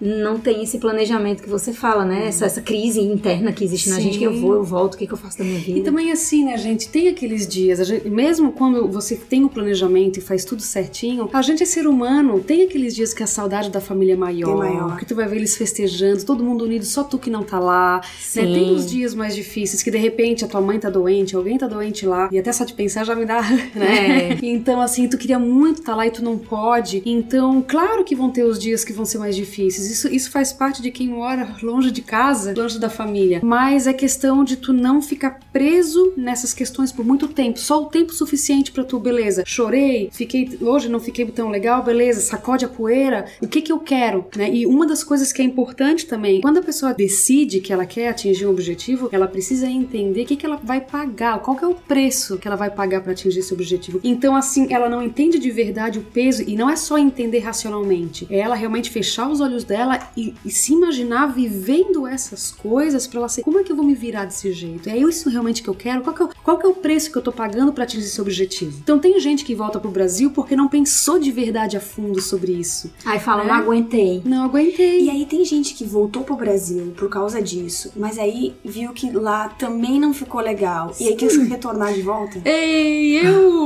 S4: tem esse planejamento que você fala, né? Essa crise interna que existe na gente, que eu volto, o que eu faço da minha vida.
S3: E também assim, né, gente, tem aqueles dias, mesmo quando você tem o planejamento e faz tudo certinho, a gente é ser humano, tem aqueles dias que a saudade da família é maior, que tu vai ver eles festejando, todo mundo unido, só tu que não tá lá, né? Tem os dias mais difíceis, que de repente a tua mãe tá doente, alguém tá doente lá, e até só de pensar já me dá, né? Então assim, tu queria muito estar lá e tu não pode, então claro que vão ter os dias que vão ser mais difíceis, isso faz parte de quem mora longe de casa, longe da família, mas é questão de tu não ficar preso nessas questões por muito tempo, só o tempo suficiente pra tu, beleza, chorei, hoje não fiquei tão legal, beleza, sacode a poeira, o que eu quero, né? E uma das coisas que é importante também, quando a pessoa decide que ela quer atingir um objetivo, ela precisa entender o que ela vai pagar, qual que é o preço que ela vai pagar pra atingir esse objetivo. Então assim, ela não entende de verdade o peso, e não é só entender racionalmente, é ela realmente fechar os olhos dela e se imaginar vivendo essas coisas pra ela ser, como é que eu vou me virar desse jeito? É isso realmente que eu quero? Qual que é o preço que eu tô pagando pra atingir esse objetivo? Então tem gente que volta pro Brasil porque não pensou de verdade a fundo sobre isso.
S4: Aí fala, não aguentei.
S3: Não aguentei.
S1: E aí tem gente que voltou pro Brasil por causa disso, mas aí viu que lá também não ficou legal. Sim. E aí quis retornar de volta.
S3: Ei, eu!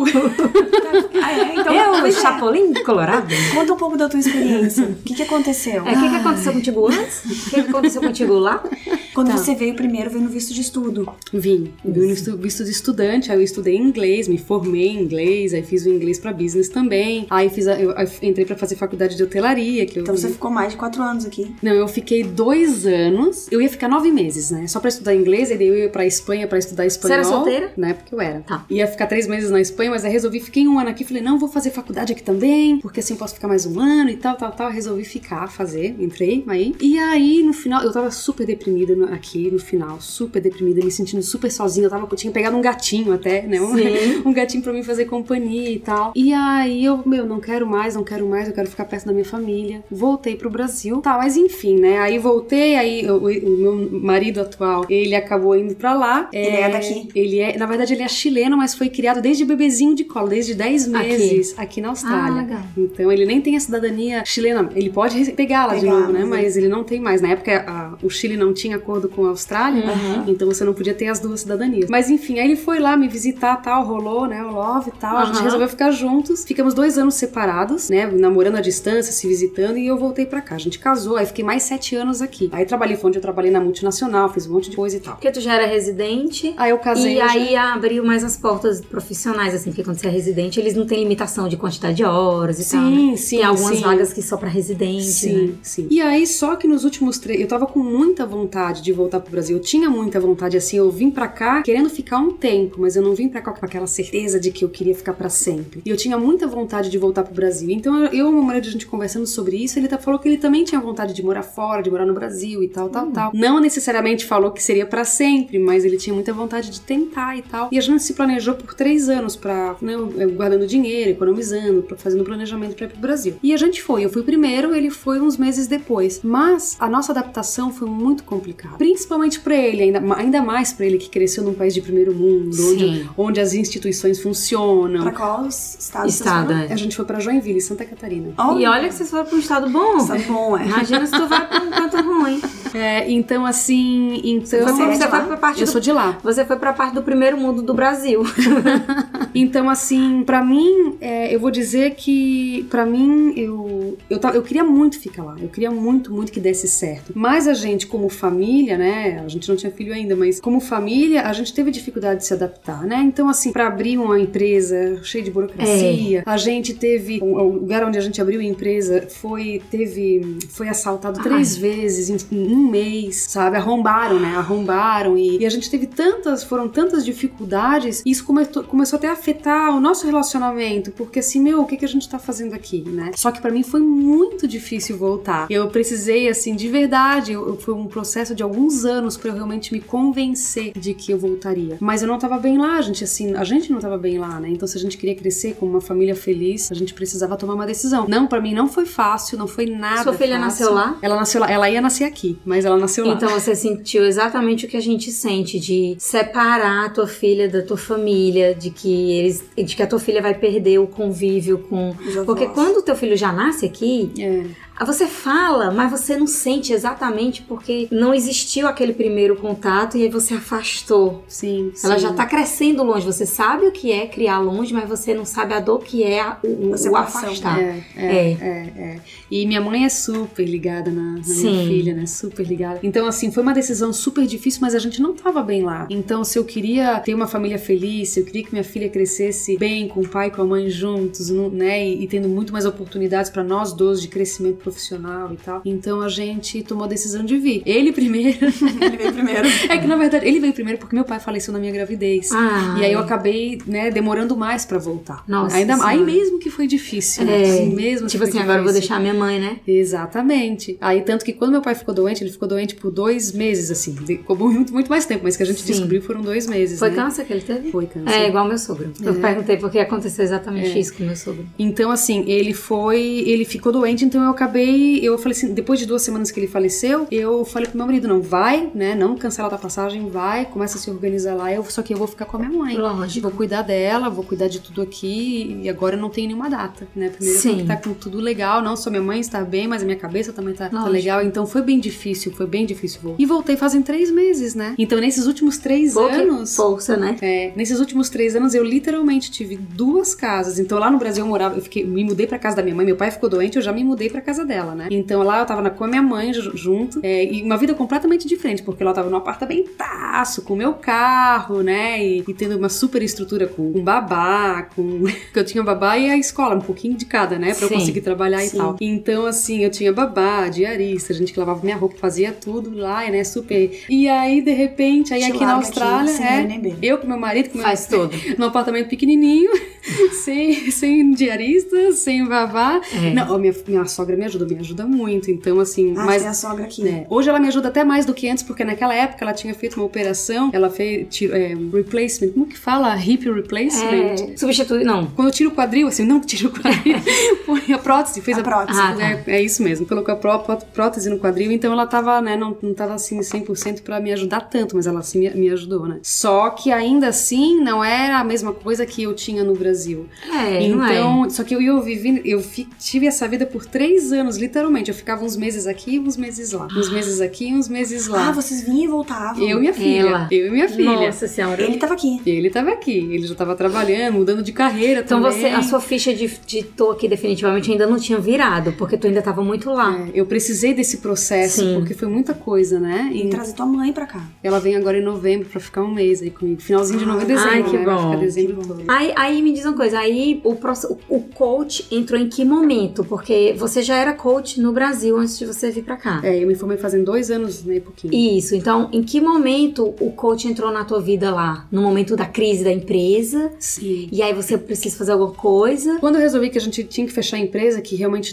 S4: Então, Chapolin Colorado?
S1: Conta um pouco da tua experiência. O que aconteceu?
S4: O que aconteceu contigo antes? O que aconteceu contigo lá?
S1: Quando você veio primeiro, veio no visto de estudo.
S3: Vim no visto de estudante, aí eu estudei inglês, me formei em inglês, aí fiz o inglês pra business também, aí eu entrei pra fazer faculdade de hotelaria.
S1: Então você ficou mais de 4 anos aqui?
S3: Não, eu fiquei 2 anos, eu ia ficar 9 meses, né, só pra estudar inglês, e daí eu ia pra Espanha pra estudar espanhol.
S4: Você era solteira?
S3: Na época eu era.
S4: Tá.
S3: Ia ficar 3 meses na Espanha, mas aí fiquei 1 ano aqui, falei, não, vou fazer faculdade aqui também, porque assim eu posso ficar mais 1 ano e tal, resolvi entrei aí, e aí no final, eu tava super deprimida, aqui no final, super deprimida, me sentindo super sozinha. Eu tinha pegado um gatinho até, né? Um gatinho pra mim fazer companhia e tal. E aí eu, não quero mais, eu quero ficar perto da minha família. Voltei pro Brasil. Tá, mas enfim, né? Aí voltei, aí o meu marido atual, ele acabou indo pra lá.
S1: Ele é daqui?
S3: Na verdade, ele é chileno, mas foi criado desde bebezinho de colo, desde 10 meses aqui na Austrália.
S4: Legal.
S3: Então ele nem tem a cidadania chilena. Ele pode pegá-la de novo, né? Mas ele não tem mais. Na época, o Chile não tinha acordo com a Austrália, então você não podia ter as duas cidadanias. Mas enfim, aí ele foi lá me visitar, tal, rolou, né? O love e tal. A gente resolveu ficar juntos. Ficamos 2 anos separados, né? Namorando à distância, se visitando, e eu voltei pra cá. A gente casou, aí fiquei mais 7 anos aqui. Aí foi onde eu trabalhei na multinacional, fiz um monte de coisa e tal.
S4: Porque tu já era residente.
S3: Aí eu casei.
S4: E aí abriu mais as portas profissionais, assim, porque quando você é residente, eles não têm limitação de quantidade de horas e tal, né?
S3: Sim,
S4: tem algumas vagas que só pra residente, né?
S3: Sim. E aí, só que nos últimos 3... Eu tava com muita vontade de voltar pro Brasil. Eu tinha muita vontade, assim, eu vim pra cá querendo ficar um tempo, mas eu não vim pra cá com aquela certeza de que eu queria ficar pra sempre. E eu tinha muita vontade de voltar pro Brasil. Então, eu e o meu marido, a gente conversando sobre isso, ele falou que ele também tinha vontade de morar fora, de morar no Brasil e tal. Não necessariamente falou que seria pra sempre, mas ele tinha muita vontade de tentar e tal. E a gente se planejou por 3 anos pra, né, guardando dinheiro, economizando, fazendo planejamento pra ir pro Brasil. E a gente foi. Eu fui primeiro, ele foi uns meses depois. Mas a nossa adaptação foi muito complicada. Principalmente pra ele, ainda mais pra ele que cresceu num país de primeiro mundo, onde as instituições funcionam.
S1: Pra qual estado?
S3: A gente foi pra Joinville, Santa Catarina.
S4: E olha que vocês foram pra um estado bom.
S1: Estado bom,
S4: Imagina se tu vai pra um canto ruim.
S3: Então assim...
S4: Você foi pra parte
S3: eu sou de lá.
S4: Você foi pra parte do primeiro mundo do Brasil.
S3: Então assim, pra mim, eu vou dizer que pra mim, eu queria muito ficar lá. Eu queria muito que desse certo. Mas a gente, como família, né? A gente não tinha filho ainda, mas como família, a gente teve dificuldade de se adaptar, né? Então assim, pra abrir uma empresa cheia de burocracia, a gente teve... O lugar onde a gente abriu a empresa foi assaltado 3 vezes em um mês, sabe? Arrombaram, né? E a gente teve foram tantas dificuldades, e isso começou até a afetar o nosso relacionamento, porque assim, o que a gente tá fazendo aqui, né? Só que pra mim foi muito difícil voltar. Eu precisei, assim, de verdade, foi um processo de alguns anos pra eu realmente me convencer de que eu voltaria. Mas eu não tava bem lá, a gente não tava bem lá, né? Então se a gente queria crescer como uma família feliz, a gente precisava tomar uma decisão. Não, pra mim não foi fácil, não foi nada
S4: Sua filha
S3: fácil.
S4: nasceu lá?
S3: Ela nasceu lá, ela ia nascer aqui, mas ela nasceu lá.
S4: Então você sentiu exatamente o que a gente sente, de separar a tua filha da tua família, de que a tua filha vai perder o convívio com... Porque quando o teu filho já nasce aqui... Você fala, mas você não sente exatamente porque não existiu aquele primeiro contato e aí você afastou.
S3: Sim.
S4: Ela já tá crescendo longe. Você sabe o que é criar longe, mas você não sabe a dor que é o afastar.
S3: E minha mãe é super ligada na minha filha, né? Super ligada. Então, assim, foi uma decisão super difícil, mas a gente não tava bem lá. Então, se eu queria ter uma família feliz, se eu queria que minha filha crescesse bem, com o pai e com a mãe juntos, né? E tendo muito mais oportunidades pra nós dois de crescimento profissional e tal. Então a gente tomou a decisão de vir. Ele primeiro.
S1: Ele veio primeiro.
S3: É que na verdade ele veio primeiro porque meu pai faleceu na minha gravidez. E aí eu acabei, né, demorando mais pra voltar.
S4: Nossa,
S3: aí mesmo que foi difícil. Assim, mesmo
S4: tipo assim, agora eu vou deixar minha mãe, né?
S3: Exatamente. Aí tanto que quando meu pai ficou doente, ele ficou doente por 2 meses, assim. Ficou muito mais tempo, mas que a gente descobriu foram 2 meses.
S4: Foi
S3: né?
S4: câncer que ele teve?
S3: Foi câncer.
S4: É igual meu sogro. Eu perguntei porque aconteceu exatamente isso com meu sogro.
S3: Então assim, ele ficou doente, então eu falei assim, depois de 2 semanas que ele faleceu, eu falei pro meu marido, não, vai, né, não cancela a passagem, vai, começa a se organizar lá, só que eu vou ficar com a minha mãe.
S4: Lógico.
S3: Vou cuidar dela, vou cuidar de tudo aqui, e agora eu não tenho nenhuma data, né, primeiro eu tenho que estar com tudo legal, não só minha mãe está bem, mas a minha cabeça também tá legal, então foi bem difícil voltar. E voltei fazem 3 meses, né, então nesses últimos 3 anos...
S4: Força, né?
S3: Nesses últimos 3 anos eu literalmente tive 2 casas, então lá no Brasil eu morava, me mudei pra casa da minha mãe, meu pai ficou doente, eu já me mudei pra casa dela, né, então lá eu tava com a minha mãe junto, e uma vida completamente diferente, porque ela tava num apartamentaço, com o meu carro, né, e tendo uma super estrutura com babá, eu tinha babá e a escola, um pouquinho de cada, né, pra eu conseguir trabalhar e tal. Então, assim, eu tinha babá, diarista, a gente que lavava minha roupa, fazia tudo lá, né, super. E aí, de repente, aqui na Austrália, eu com meu marido, faz tudo. Num apartamento pequenininho, sem diarista, sem babá. Não, minha sogra me ajuda muito. Então, assim...
S1: mas tem a sogra aqui.
S3: Né, hoje ela me ajuda até mais do que antes, porque naquela época ela tinha feito uma operação, ela fez replacement, como que fala? Hip replacement?
S4: Substitui, não.
S3: Quando eu tiro o quadril, assim, não tiro o quadril, põe a prótese, fez a prótese.
S4: Tá.
S3: É isso mesmo, colocou a prótese no quadril, então ela tava, né, não tava assim 100% pra me ajudar tanto, mas ela assim me ajudou, né. Só que ainda assim não era a mesma coisa que eu tinha no Brasil. Então, só que eu tive essa vida por 3 anos, literalmente. Eu ficava uns meses aqui, uns meses lá. Uns meses aqui, uns meses lá.
S1: Vocês vinham e voltavam.
S3: Eu e minha filha.
S4: Nossa Senhora.
S1: Ele tava aqui.
S3: Ele já tava trabalhando, mudando de carreira também.
S4: Então a sua ficha de tô aqui definitivamente ainda não tinha virado, porque tu ainda tava muito lá.
S3: Eu precisei desse processo, porque foi muita coisa, né?
S1: E trazer tua mãe pra cá.
S3: Ela vem agora em novembro pra ficar um mês aí comigo. Finalzinho de novembro, dezembro,
S4: que bom.
S3: Vai ficar dezembro todo.
S4: Aí me diz uma coisa, aí o coach entrou em que momento? Porque você já era coach no Brasil antes de você vir pra cá.
S3: Eu me formei fazendo 2 anos, né, pouquinho.
S4: Isso, então em que momento o coach entrou na tua vida lá? No momento da crise da empresa?
S3: Sim.
S4: E aí você precisa fazer alguma coisa?
S3: Quando eu resolvi que a gente tinha que fechar a empresa, que realmente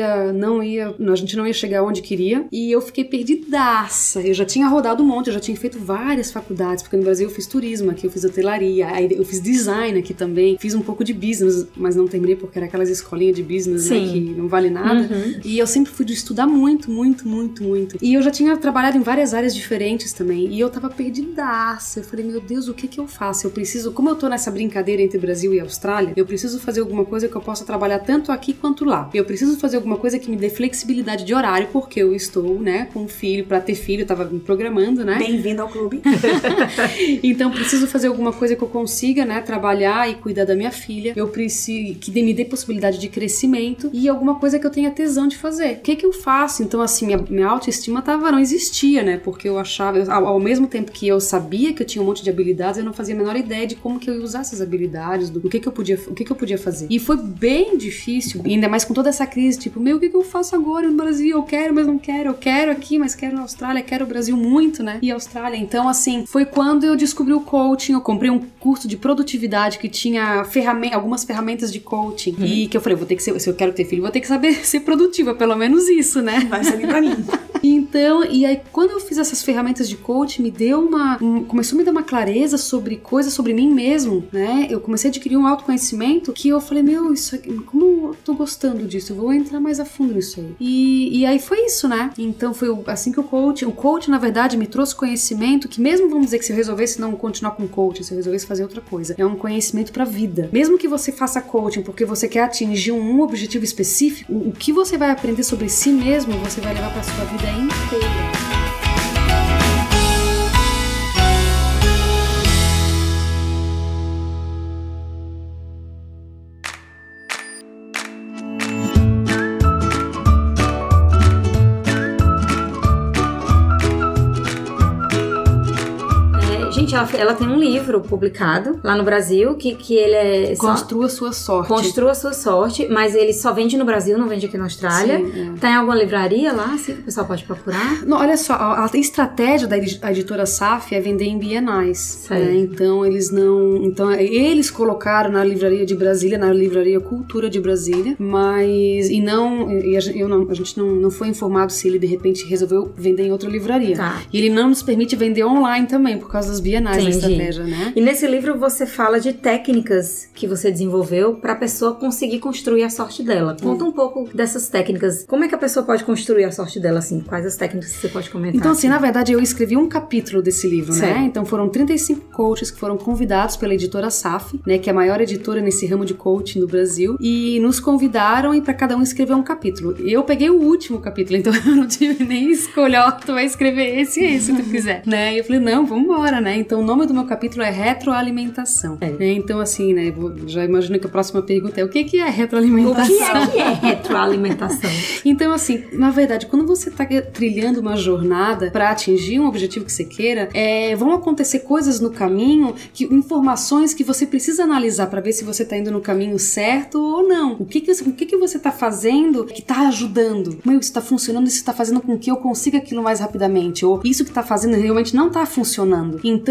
S3: a gente não ia chegar onde queria, e eu fiquei perdidaça. Eu já tinha rodado um monte, eu já tinha feito várias faculdades, porque no Brasil eu fiz turismo, aqui eu fiz hotelaria, aí eu fiz design aqui também, fiz um pouco de business, mas não terminei porque era aquelas escolinhas de business, né, que não vale nada. E eu sempre fui de estudar muito, muito, muito, muito. E eu já tinha trabalhado em várias áreas diferentes também, e eu tava perdidaça. Eu falei, meu Deus, o que eu faço? Eu preciso, como eu tô nessa brincadeira entre Brasil e Austrália, eu preciso fazer alguma coisa que eu possa trabalhar tanto aqui quanto lá. Eu preciso fazer alguma coisa que me dê flexibilidade de horário, porque eu estou, né, com um filho, pra ter filho, eu tava me programando, né?
S1: Bem-vindo ao clube.
S3: Então, preciso fazer alguma coisa que eu consiga, né, trabalhar e cuidar da minha filha. Eu preciso que me dê possibilidade de crescimento e alguma coisa que eu tenha tesão de fazer. O que eu faço? Então, assim, minha autoestima não existia, né? Porque eu achava, ao mesmo tempo que eu sabia que eu tinha um monte de habilidades, eu não fazia a menor ideia de como que eu ia usar essas habilidades, o que eu podia fazer. E foi bem difícil, ainda mais com toda essa crise, tipo, o que eu faço agora no Brasil? Eu quero, mas não quero. Eu quero aqui, mas quero na Austrália, quero o Brasil muito, né? E a Austrália. Então, assim, foi quando eu descobri o coaching, eu comprei um curso de produtividade que tinha algumas ferramentas de coaching. E que eu falei, se eu quero ter filho, vou ter que saber ser produtiva, pelo menos isso, né?
S1: Vai servir pra mim.
S3: Então, e aí quando eu fiz essas ferramentas de coaching, começou a me dar uma clareza sobre coisas sobre mim mesmo, né? Eu comecei a adquirir um autoconhecimento que eu falei, isso aqui, como eu tô gostando disso, eu vou entrar mais a fundo nisso aí. E aí foi isso, né? Então foi assim que o coach na verdade me trouxe conhecimento que mesmo, vamos dizer que se eu resolvesse não continuar com coaching, se eu resolvesse fazer outra coisa, é um conhecimento pra vida. Mesmo que você faça coaching porque você quer atingir um objetivo específico, o que você vai aprender sobre si mesmo, você vai levar pra sua vida inteira.
S4: Gente, ela tem um livro publicado lá no Brasil que ele é...
S3: Construa Sua Sorte.
S4: Construa Sua Sorte, mas ele só vende no Brasil, não vende aqui na Austrália. Sim, Tem alguma livraria lá, assim, que o pessoal pode procurar?
S3: Não, olha só, a estratégia da editora SAF é vender em bienais. Né? Então, eles colocaram na livraria de Brasília, na livraria Cultura de Brasília, mas... a gente não foi informado se ele, de repente, resolveu vender em outra livraria.
S4: Tá.
S3: E ele não nos permite vender online também, por causa das bienais da estratégia, né?
S4: E nesse livro você fala de técnicas que você desenvolveu para a pessoa conseguir construir a sorte dela. Conta um pouco dessas técnicas. Como é que a pessoa pode construir a sorte dela, assim? Quais as técnicas que você pode comentar?
S3: Então, assim, na verdade, eu escrevi um capítulo desse livro, né? Então, foram 35 coaches que foram convidados pela editora SAF, né? Que é a maior editora nesse ramo de coaching no Brasil. E nos convidaram e para cada um escrever um capítulo. Eu peguei o último capítulo, então eu não tive nem escolha, tu vai escrever esse e esse, se tu quiser, né? E eu falei, não, vambora, né? Então, o nome do meu capítulo é Retroalimentação. Né? Então, assim, né? Já imagino que a próxima pergunta é o que é retroalimentação?
S4: O que é retroalimentação?
S3: Então, assim, na verdade, quando você tá trilhando uma jornada para atingir um objetivo que você queira, vão acontecer coisas no caminho, informações que você precisa analisar para ver se você tá indo no caminho certo ou não. O que você tá fazendo que tá ajudando? Isso tá funcionando, isso tá fazendo com que eu consiga aquilo mais rapidamente. Ou isso que tá fazendo realmente não tá funcionando. Então,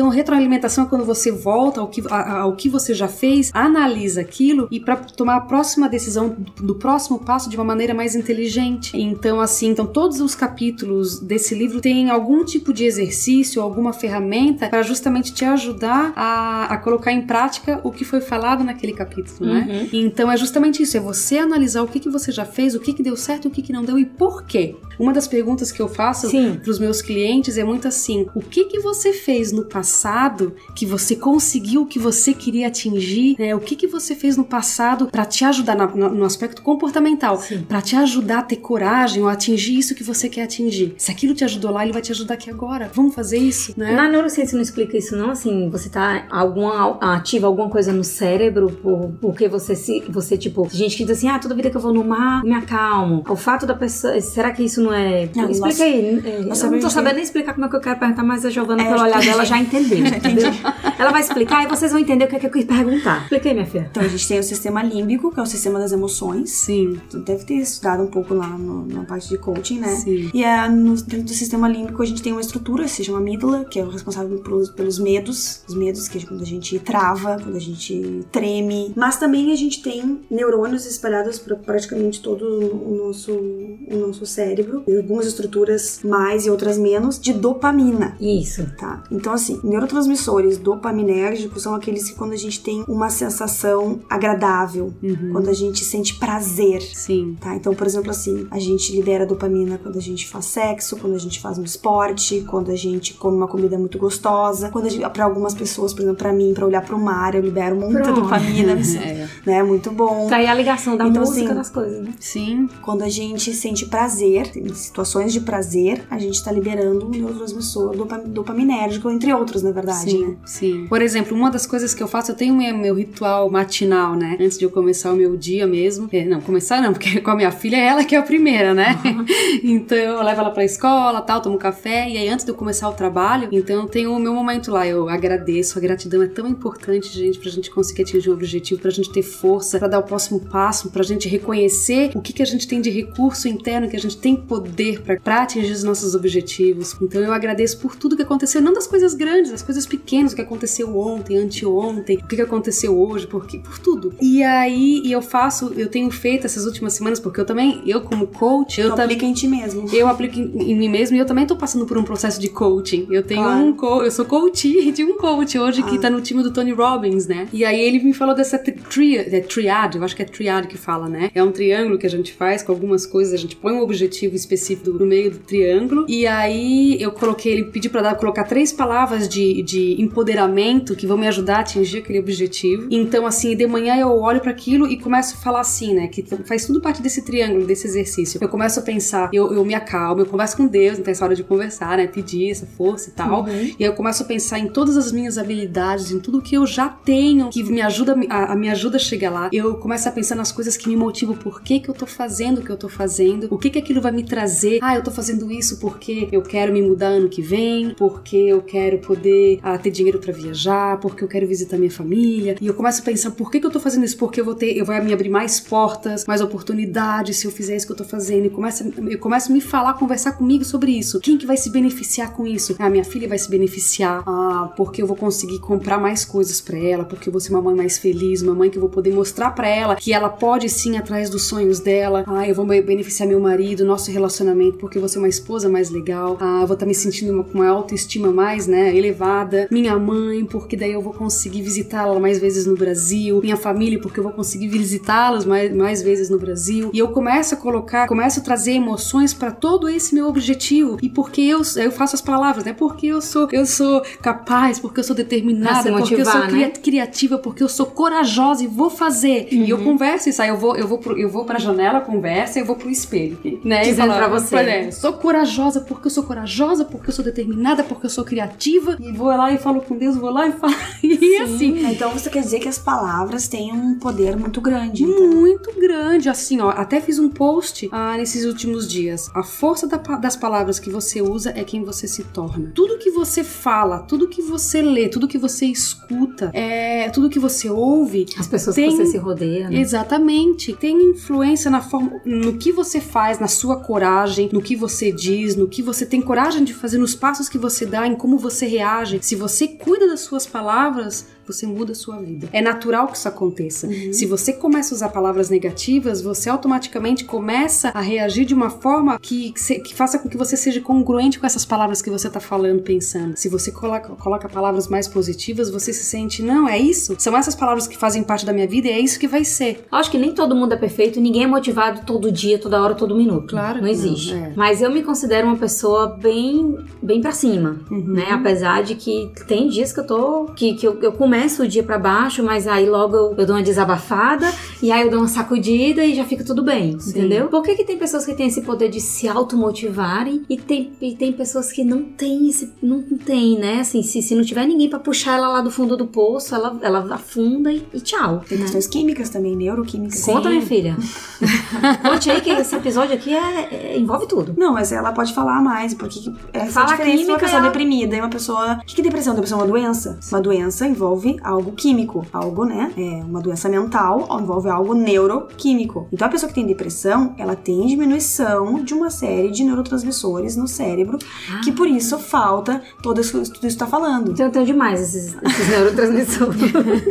S3: Então, retroalimentação é quando você volta ao que você já fez, analisa aquilo e para tomar a próxima decisão do próximo passo de uma maneira mais inteligente. Então, todos os capítulos desse livro têm algum tipo de exercício, alguma ferramenta para justamente te ajudar a colocar em prática o que foi falado naquele capítulo, né? Então, é justamente isso, é você analisar o que você já fez, o que deu certo e o que não deu e por quê. Uma das perguntas que eu faço para os meus clientes é muito assim, o que você fez no passado que você conseguiu o que você queria atingir, né? O que você fez no passado para te ajudar no aspecto comportamental, para te ajudar a ter coragem ou atingir isso que você quer atingir. Se aquilo te ajudou lá, ele vai te ajudar aqui agora. Vamos fazer isso, né?
S4: Na neurociência não explica isso não, assim, você tá ativa alguma coisa no cérebro porque você tipo, gente que diz assim, toda vida que eu vou no mar, me acalmo. O fato da pessoa, será que isso não é... Explica aí. Eu não tô sabendo nem explicar como é que eu quero perguntar, mas a Giovana, pelo olhar dela, já entendeu. Entendeu? Ela vai explicar e vocês vão entender o que é que eu quis perguntar. Explica aí, minha filha.
S1: Então, a gente tem o sistema límbico, que é o sistema das emoções.
S3: Sim.
S1: Tu deve ter estudado um pouco lá na parte de coaching, né?
S3: Sim.
S1: E dentro do sistema límbico a gente tem uma estrutura, se chama amígdala, que é o responsável pelos medos. Os medos, que é quando a gente trava, quando a gente treme. Mas também a gente tem neurônios espalhados por praticamente todo o nosso cérebro. Algumas estruturas mais e outras menos, de dopamina.
S4: Isso.
S1: Tá? Então, assim, neurotransmissores dopaminérgicos são aqueles que quando a gente tem uma sensação agradável, quando a gente sente prazer.
S3: Sim.
S1: Tá? Então, por exemplo, assim, a gente libera dopamina quando a gente faz sexo, quando a gente faz um esporte, quando a gente come uma comida muito gostosa, pra algumas pessoas, por exemplo, pra mim, pra olhar pro mar, eu libero muita dopamina, né? Muito bom.
S4: Tá aí a ligação da
S1: então,
S4: música
S1: assim,
S4: das coisas, né?
S3: Sim.
S1: Quando a gente sente prazer, em situações de prazer, a gente tá liberando um neurotransmissor dopaminérgico, entre outros, na verdade,
S3: sim,
S1: né?
S3: Sim. Por exemplo, uma das coisas que eu faço, eu tenho meu ritual matinal, né? Antes de eu começar o meu dia mesmo. Não, começar não, porque com a minha filha é ela que é a primeira, né? Então, eu levo ela pra escola, tal, tomo café, e aí antes de eu começar o trabalho, então eu tenho o meu momento lá, eu agradeço, a gratidão é tão importante, gente, pra gente conseguir atingir um objetivo, pra gente ter força, pra dar o próximo passo, pra gente reconhecer o que a gente tem de recurso interno, que a gente tem poder pra atingir os nossos objetivos. Então eu agradeço por tudo que aconteceu, não das coisas grandes, das coisas pequenas, o que aconteceu ontem, anteontem, o que aconteceu hoje, por tudo. E aí, eu tenho feito essas últimas semanas, porque eu como coach, eu
S1: aplico em ti mesmo.
S3: Eu aplico em mim mesmo e eu também tô passando por um processo de coaching. Eu tenho eu sou coach de um coach hoje que tá no time do Tony Robbins, né? E aí ele me falou dessa triad, eu acho que é triad que fala, né? É um triângulo que a gente faz com algumas coisas, a gente põe um objetivo específico no meio do triângulo, e aí ele pediu pra colocar 3 palavras de empoderamento que vão me ajudar a atingir aquele objetivo. Então, assim, de manhã eu olho pra aquilo e começo a falar assim, né? Que faz tudo parte desse triângulo, desse exercício. Eu começo a pensar, eu me acalmo, eu converso com Deus, então essa hora de conversar, né? Pedir essa força e tal. E aí eu começo a pensar em todas as minhas habilidades, em tudo que eu já tenho, que me ajuda a chegar lá. Eu começo a pensar nas coisas que me motivam, por que eu tô fazendo o que eu tô fazendo, o que aquilo vai me trazer. Eu tô fazendo isso porque eu quero me mudar ano que vem, porque eu quero poder ter dinheiro pra viajar, porque eu quero visitar minha família. E eu começo a pensar, por que eu tô fazendo isso? Porque eu vou me abrir mais portas, mais oportunidades se eu fizer isso que eu tô fazendo. E eu começo a me falar, conversar comigo sobre isso. Quem que vai se beneficiar com isso? Minha filha vai se beneficiar, porque eu vou conseguir comprar mais coisas pra ela, porque eu vou ser uma mãe mais feliz, uma mãe que eu vou poder mostrar pra ela que ela pode sim ir atrás dos sonhos dela. Eu vou beneficiar meu marido, nosso relacionamento, porque eu vou ser uma esposa mais legal. Eu vou estar me sentindo com uma autoestima mais, né, elevada. Minha mãe, porque daí eu vou conseguir visitá-la mais vezes no Brasil. Minha família, porque eu vou conseguir visitá-las mais vezes no Brasil. E eu começo a trazer emoções pra todo esse meu objetivo. E porque eu faço as palavras, né? Porque eu sou capaz, porque eu sou determinada, porque eu sou criativa, porque eu sou corajosa e vou fazer. E eu converso isso, aí eu vou pra janela, conversa, e eu vou pro espelho, né?
S4: Dizendo pra você.
S3: Sou corajosa, porque eu sou determinada, porque eu sou criativa, e vou lá e falo com Deus, vou lá e falo. E assim.
S1: Então você quer dizer que as palavras têm um poder muito grande.
S3: Muito grande, assim, ó. Até fiz um post nesses últimos dias. A força das palavras que você usa é quem você se torna. Tudo que você fala, tudo que você lê, tudo que você escuta, tudo que você ouve.
S4: As pessoas que você se rodeia, né?
S3: Exatamente. Tem influência no que você faz, na sua coragem, coragem no que você diz, no que você tem coragem de fazer, nos passos que você dá, em como você reage, se você cuida das suas palavras, você muda a sua vida. É natural que isso aconteça. Se você começa a usar palavras negativas, você automaticamente começa a reagir de uma forma que faça com que você seja congruente com essas palavras que você tá falando, pensando. Se você coloca palavras mais positivas, você se sente, não, é isso? São essas palavras que fazem parte da minha vida e é isso que vai ser.
S4: Acho que nem todo mundo é perfeito, ninguém é motivado todo dia, toda hora, todo minuto.
S3: Claro.
S4: Não existe. Mas eu me considero uma pessoa bem pra cima, né? Apesar de que tem dias que eu começo o dia pra baixo, mas aí logo eu dou uma desabafada e aí eu dou uma sacudida e já fica tudo bem, entendeu? Por que tem pessoas que têm esse poder de se automotivarem e tem pessoas que não têm né? Assim, se não tiver ninguém pra puxar ela lá do fundo do poço, ela afunda e tchau.
S1: Tem questões químicas também, neuroquímicas.
S4: Conta, minha filha. Conte aí que esse episódio aqui envolve tudo.
S1: Não, mas ela pode falar mais, porque essa
S4: Fala
S1: diferença de uma pessoa
S4: química,
S1: deprimida e uma pessoa... O que é depressão? Depressão é uma doença? Uma doença envolve algo químico, algo, né? Uma doença mental envolve algo neuroquímico. Então a pessoa que tem depressão, ela tem diminuição de uma série de neurotransmissores no cérebro, que por isso falta tudo isso que tá falando.
S4: Então eu tenho demais esses neurotransmissores.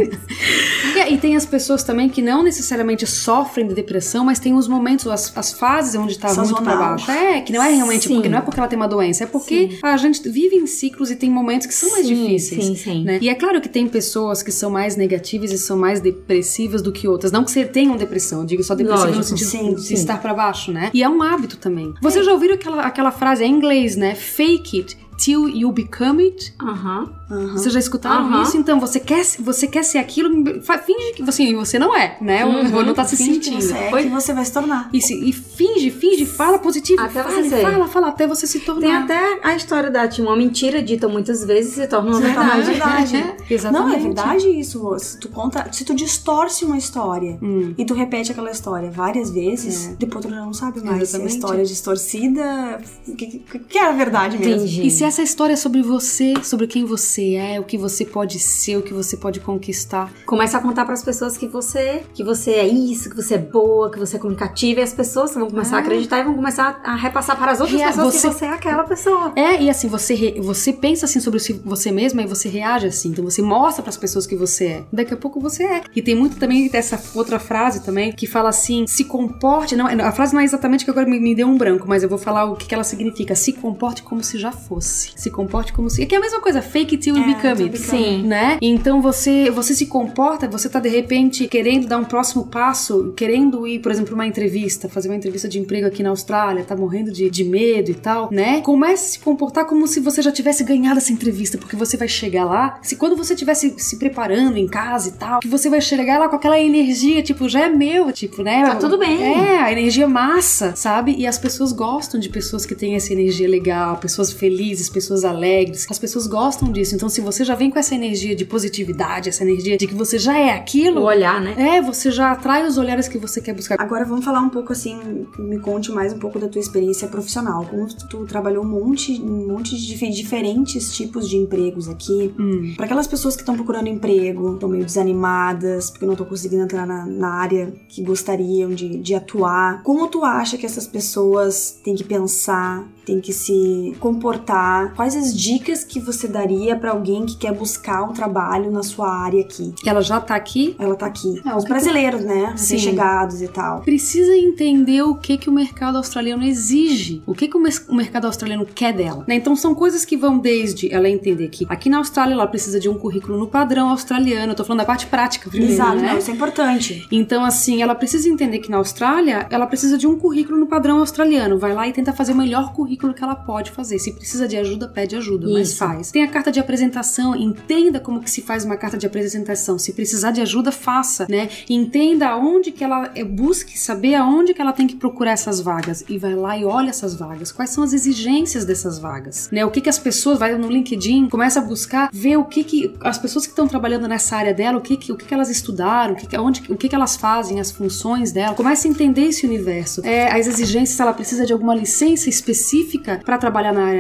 S3: E tem as pessoas também que não necessariamente sofrem de depressão, mas tem os momentos, as fases onde tá muito pra baixo. Que não é realmente porque não é porque ela tem uma doença, é porque a gente vive em ciclos e tem momentos que são mais difíceis. Né? E é claro que tem pessoas que são mais negativas e são mais depressivas do que outras. Não que você tenham depressão, eu digo só depressiva no sentido de estar pra baixo, né? E é um hábito também. Vocês já ouviram aquela frase em inglês, né? Fake it till you become it. Vocês já escutaram isso? Então, você quer ser aquilo, finge que você não é, né? Ou não tá se sentindo.
S1: Que você é, que você vai se tornar.
S3: E finge, fala positivo.
S4: Até você ser.
S3: Fala, até você se tornar.
S4: Tem até a história uma mentira dita muitas vezes se torna uma verdade.
S3: Exatamente.
S1: Não, é verdade isso. Se tu distorce uma história e tu repete aquela história várias vezes, depois tu já não sabe mais se a história distorcida, o que é a verdade mesmo.
S3: Entendi. E se essa história é sobre você, sobre quem você é, o que você pode ser, o que você pode conquistar.
S4: Começa a contar pras pessoas que você é isso, que você é boa, que você é comunicativa, e as pessoas vão começar a acreditar e vão começar a repassar para as outras pessoas que você é aquela pessoa.
S3: E assim, você pensa assim sobre você mesma e você reage assim. Então você mostra pras pessoas que você é. Daqui a pouco você é. E tem muito também dessa outra frase também, que fala assim, se comporte, a frase não é exatamente que agora me deu um branco, mas eu vou falar o que ela significa. Se comporte como se já fosse. Se comporte como se... Que é a mesma coisa, fake it till you become it.
S4: Sim.
S3: Né? Então você se comporta, você tá de repente querendo dar um próximo passo, querendo ir, por exemplo, uma entrevista, fazer uma entrevista de emprego aqui na Austrália, tá morrendo de medo e tal, né? Comece a se comportar como se você já tivesse ganhado essa entrevista, porque você vai chegar lá, quando você estivesse se preparando em casa e tal, que você vai chegar lá com aquela energia, tipo, já é meu, tipo, né?
S4: Tá tudo bem.
S3: A energia massa, sabe? E as pessoas gostam de pessoas que têm essa energia legal, pessoas felizes, pessoas alegres, as pessoas gostam disso. Então se você já vem com essa energia de positividade, essa energia de que você já é aquilo,
S4: o olhar, né?
S3: Você já atrai os olhares que você quer buscar.
S1: Agora vamos falar um pouco assim, me conte mais um pouco da tua experiência profissional. Como tu trabalhou um monte de diferentes tipos de empregos aqui. Para aquelas pessoas que estão procurando emprego, estão meio desanimadas, porque não estão conseguindo entrar na área que gostariam de atuar. Como tu acha que essas pessoas têm que pensar, têm que se comportar? Quais as dicas que você daria pra alguém que quer buscar um trabalho na sua área aqui?
S3: Ela já tá aqui?
S1: Ela tá aqui. Os brasileiros, né? Recém-chegados e tal.
S3: Precisa entender o que o mercado australiano exige. O que o mercado australiano quer dela. Né? Então são coisas que vão desde ela entender que aqui na Austrália ela precisa de um currículo no padrão australiano. Eu tô falando da parte prática primeiro,
S1: Exato,
S3: né?
S1: Não, isso é importante.
S3: Então assim, ela precisa entender que na Austrália ela precisa de um currículo no padrão australiano. Vai lá e tenta fazer o melhor currículo que ela pode fazer. Se precisa de ajuda, pede ajuda, mas faz. Tem a carta de apresentação, entenda como que se faz uma carta de apresentação. Se precisar de ajuda, faça, né? Entenda aonde que ela busque saber aonde que ela tem que procurar essas vagas e vai lá e olha essas vagas. Quais são as exigências dessas vagas, né? O que as pessoas, vai no LinkedIn, começa a buscar, ver o que as pessoas que estão trabalhando nessa área dela, o que elas estudaram, o que elas fazem, as funções dela. Começa a entender esse universo. As exigências, se ela precisa de alguma licença específica para trabalhar na área dela.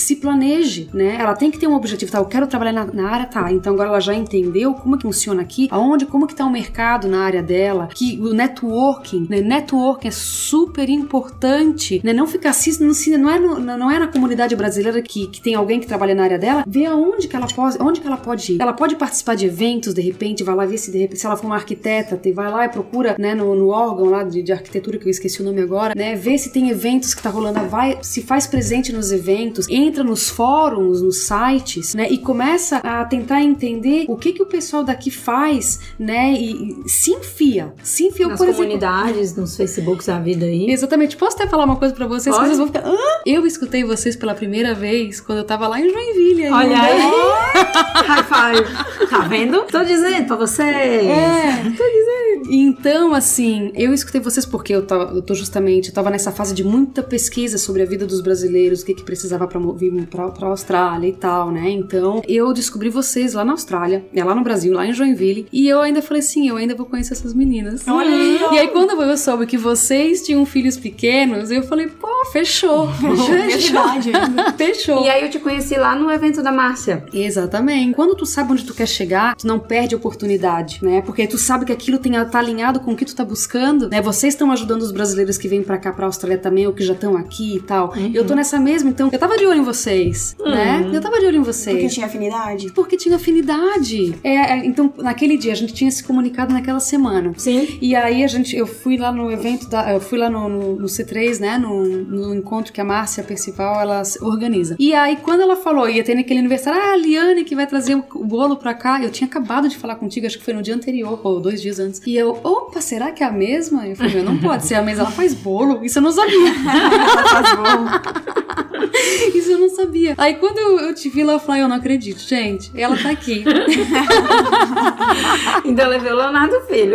S3: se planeje, né? Ela tem que ter um objetivo, tá? Eu quero trabalhar na área, tá? Então agora ela já entendeu como que funciona aqui, como que tá o mercado na área dela, que o networking, né? Networking é super importante, né? Não ficar assim, não é na comunidade brasileira que tem alguém que trabalha na área dela, ver onde que ela pode ir. Ela pode participar de eventos, de repente, vai lá ver se ela for uma arquiteta, vai lá e procura, né, no órgão lá de arquitetura, que eu esqueci o nome agora, né? Ver se tem eventos que tá rolando, se faz presente nos eventos, entra nos fóruns, nos sites, né? E começa a tentar entender o que o pessoal daqui faz, né? E se enfia.
S4: Nas comunidades, nos Facebooks da vida aí.
S3: Exatamente. Posso até falar uma coisa pra vocês? Vocês vão ficar... Eu escutei vocês pela primeira vez quando eu tava lá em Joinville.
S4: Olha aí! High five! Tá vendo? Tô dizendo pra vocês!
S3: Tô dizendo! Então, assim, eu escutei vocês porque eu tava nessa fase de muita pesquisa sobre a vida dos brasileiros, o que precisava pra vir pra Austrália e tal, né? Então, eu descobri vocês lá na Austrália, lá no Brasil, lá em Joinville, e eu ainda falei assim, eu ainda vou conhecer essas meninas.
S1: Olha aí!
S3: E aí, quando eu soube que vocês tinham filhos pequenos, eu falei, pô, fechou. Fechou.
S4: E aí eu te conheci lá no evento da Márcia.
S3: Exatamente. Quando tu sabe onde tu quer chegar, tu não perde a oportunidade, né? Porque tu sabe que aquilo tá alinhado com o que tu tá buscando, né? Vocês estão ajudando os brasileiros que vêm pra cá, pra Austrália também, ou que já estão aqui e tal. Eu tô nessa mesma, então eu tava de olho em vocês, né? Eu tava de olho em vocês.
S1: Porque tinha afinidade?
S3: Porque tinha afinidade. Então, naquele dia, a gente tinha se comunicado naquela semana.
S4: Sim.
S3: E aí, eu fui lá no evento, eu fui lá no C3, né? No encontro que a Márcia Percival, ela organiza. E aí, quando ela falou, ia ter naquele aniversário, a Liane que vai trazer o bolo pra cá, eu tinha acabado de falar contigo, acho que foi no dia anterior, ou 2 dias antes. E eu, opa, será que é a mesma? Eu falei, não pode ser a mesma, ela faz bolo. Isso eu não sabia. Ela faz bolo. Isso eu não sabia. Aí quando eu te vi lá, eu falei, eu não acredito, gente. Ela tá aqui.
S4: Ainda levei o Leonardo Filho.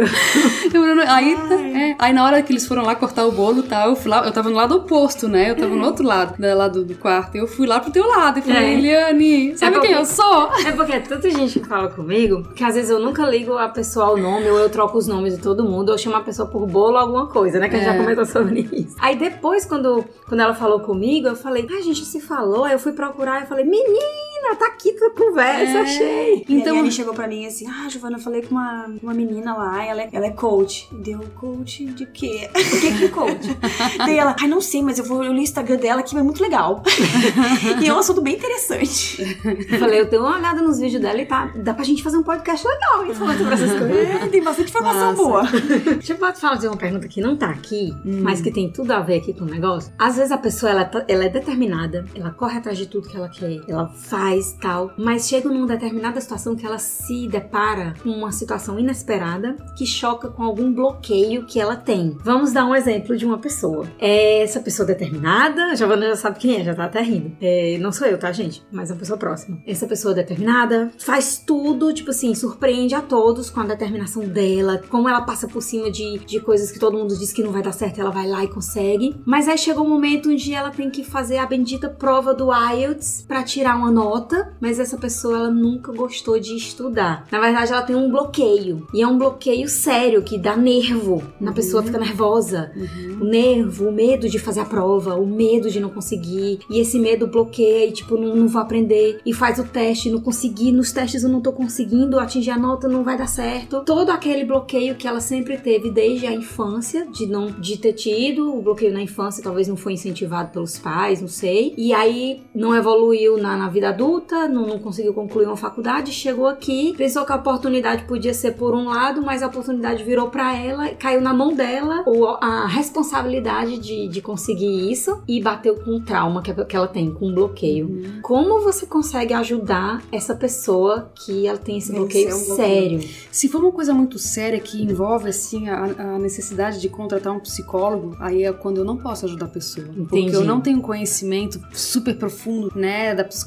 S3: Aí na hora que eles foram lá cortar o bolo e tal, eu tava no lado oposto, né? Eu tava no outro lado do quarto. Eu fui lá pro teu lado e falei, Eliane, sabe quem eu sou?
S4: É porque é tanta gente que fala comigo que às vezes eu nunca ligo a pessoa ao nome, ou eu troco os nomes de todo mundo, ou chamo a pessoa por bolo ou alguma coisa, né? Que a gente já comentou sobre isso. Aí depois, quando ela falou comigo, eu falei, a gente se falou. Aí eu fui procurar e falei, menina, tá aqui tua conversa, achei.
S1: Então, e a Eliane chegou pra mim assim, Giovana, eu falei com uma menina lá, ela é coach. Deu coach de quê? O que é coach? Daí ela, não sei, mas eu li o Instagram dela que é muito legal. E é um assunto bem interessante.
S4: Eu falei, eu tenho uma olhada nos vídeos dela e dá pra gente fazer um podcast legal e falar sobre essas coisas.
S1: Tem bastante informação boa.
S4: Deixa eu fazer uma pergunta que não tá aqui, mas que tem tudo a ver aqui com o negócio. Às vezes a pessoa, ela é determinada, ela corre atrás de tudo que ela quer, ela faz tal, mas chega numa determinada situação que ela se depara com uma situação inesperada que choca com algum bloqueio que ela tem. Vamos dar um exemplo de uma pessoa. Essa pessoa determinada, a Giovana já sabe quem é, já tá até rindo. Não sou eu, tá, gente? Mas é uma pessoa próxima. Essa pessoa determinada faz tudo, tipo assim, surpreende a todos com a determinação dela, como ela passa por cima de coisas que todo mundo diz que não vai dar certo, ela vai lá e consegue. Mas aí chegou um momento onde ela tem que fazer a bendita prova do IELTS pra tirar uma nota, mas essa pessoa, ela nunca gostou de estudar. Na verdade, ela tem um bloqueio. E é um bloqueio sério, que dá nervo. A pessoa fica nervosa. O nervo, o medo de fazer a prova, o medo de não conseguir. E esse medo bloqueia e, tipo, não vou aprender. E faz o teste, não consegui. Nos testes eu não tô conseguindo atingir a nota, não vai dar certo. Todo aquele bloqueio que ela sempre teve desde a infância, de ter tido o bloqueio na infância, talvez não foi incentivado pelos pais, não sei. E aí não evoluiu na vida adulta, não conseguiu concluir uma faculdade, chegou aqui, pensou que a oportunidade podia ser por um lado, mas a oportunidade virou pra ela, caiu na mão dela, ou a responsabilidade de conseguir isso, e bateu com o trauma que ela tem, com um bloqueio. Como você consegue ajudar essa pessoa que ela tem esse bloqueio sério?
S3: Se for uma coisa muito séria que envolve, assim, a necessidade de contratar um psicólogo, aí é quando eu não posso ajudar a pessoa.
S4: Entendi.
S3: Porque eu não tenho conhecimento super profundo, né, da psicologia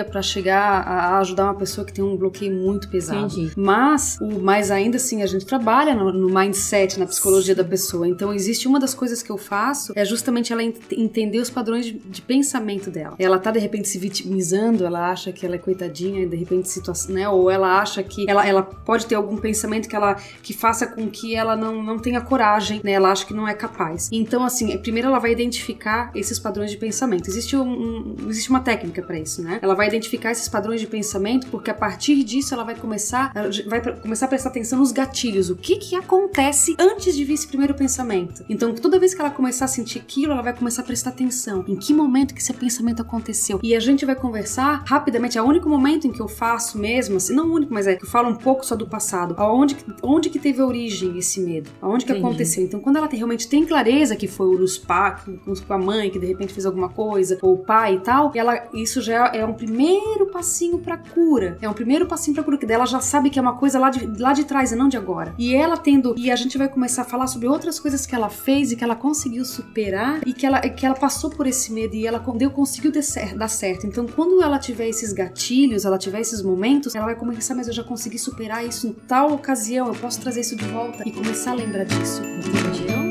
S3: dia pra chegar a ajudar uma pessoa que tem um bloqueio muito pesado.
S4: Entendi.
S3: Mas ainda assim, a gente trabalha no mindset, na psicologia da pessoa. Então, existe uma das coisas que eu faço, é justamente ela entender os padrões de pensamento dela. Ela tá, de repente, se vitimizando, ela acha que ela é coitadinha, de repente, situação, né? Ou ela acha que ela pode ter algum pensamento que faça com que ela não tenha coragem, né? Ela acha que não é capaz. Então, assim, primeiro ela vai identificar esses padrões de pensamento. Existe uma técnica pra isso, né? Ela vai identificar esses padrões de pensamento, porque a partir disso ela vai começar a prestar atenção nos gatilhos. O que acontece antes de vir esse primeiro pensamento? Então, toda vez que ela começar a sentir aquilo, ela vai começar a prestar atenção. Em que momento que esse pensamento aconteceu? E a gente vai conversar rapidamente. É o único momento em que eu faço mesmo, assim, não o único, mas que eu falo um pouco só do passado. Onde que teve a origem esse medo? Aonde que aconteceu? Então, quando ela realmente tem clareza que foi os pais, com a mãe que de repente fez alguma coisa, ou o pai e tal, isso já é um primeiro passinho pra cura. É um primeiro passinho pra cura, que dela já sabe que é uma coisa lá de trás e não de agora. E a gente vai começar a falar sobre outras coisas que ela fez e que ela conseguiu superar e que ela passou por esse medo e ela conseguiu dar certo. Então, quando ela tiver esses gatilhos, ela tiver esses momentos, ela vai começar, mas eu já consegui superar isso em tal ocasião, eu posso trazer isso de volta e começar a lembrar disso. Entendeu?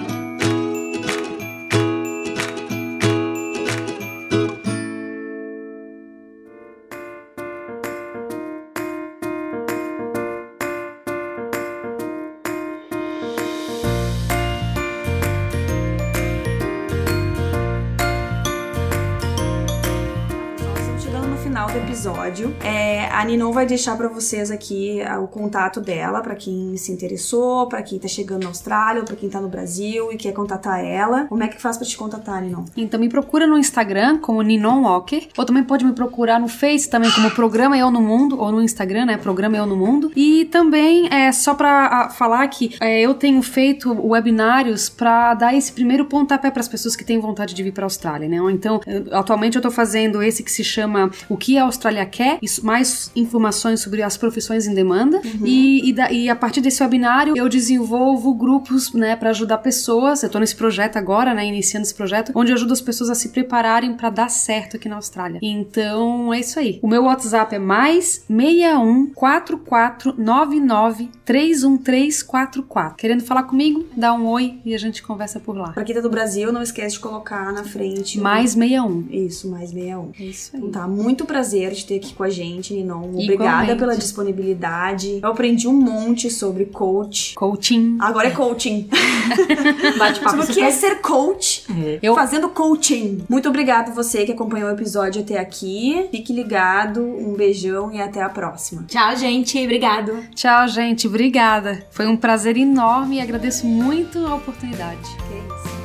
S1: Do episódio. A Ninon vai deixar pra vocês aqui o contato dela, pra quem se interessou, pra quem tá chegando na Austrália, ou pra quem tá no Brasil e quer contatar ela. Como é que faz pra te contatar, Ninon?
S3: Então me procura no Instagram como Ninon Walker, ou também pode me procurar no Face também como Programa Eu no Mundo, ou no Instagram, né, Programa Eu no Mundo. E também só pra falar que eu tenho feito webinários pra dar esse primeiro pontapé pras pessoas que têm vontade de vir pra Austrália, né? Então, atualmente eu tô fazendo esse que se chama O que a Austrália quer, mais informações sobre as profissões em demanda. E a partir desse webinário eu desenvolvo grupos, né, para ajudar pessoas. Eu tô nesse projeto agora, né, iniciando esse projeto, onde eu ajudo as pessoas a se prepararem para dar certo aqui na Austrália. Então é isso aí. O meu WhatsApp é mais 61 4499 31344. Querendo falar comigo? Dá um oi e a gente conversa por lá.
S1: Pra quem tá do Brasil, não esquece de colocar na frente
S3: mais 61.
S1: Isso, mais 61.
S3: É isso aí.
S1: Então tá, muito prazer de ter aqui com a gente, Ninon. Obrigada pela disponibilidade. Eu aprendi um monte sobre coaching. Agora é coaching.
S4: Bate-papo.
S1: Sobre o que é ser coach. Fazendo coaching. Muito obrigada você que acompanhou o episódio até aqui. Fique ligado. Um beijão e até a próxima.
S4: Tchau, gente. Obrigado.
S3: Tchau, gente. Obrigada. Foi um prazer enorme e agradeço muito a oportunidade.
S1: Que isso.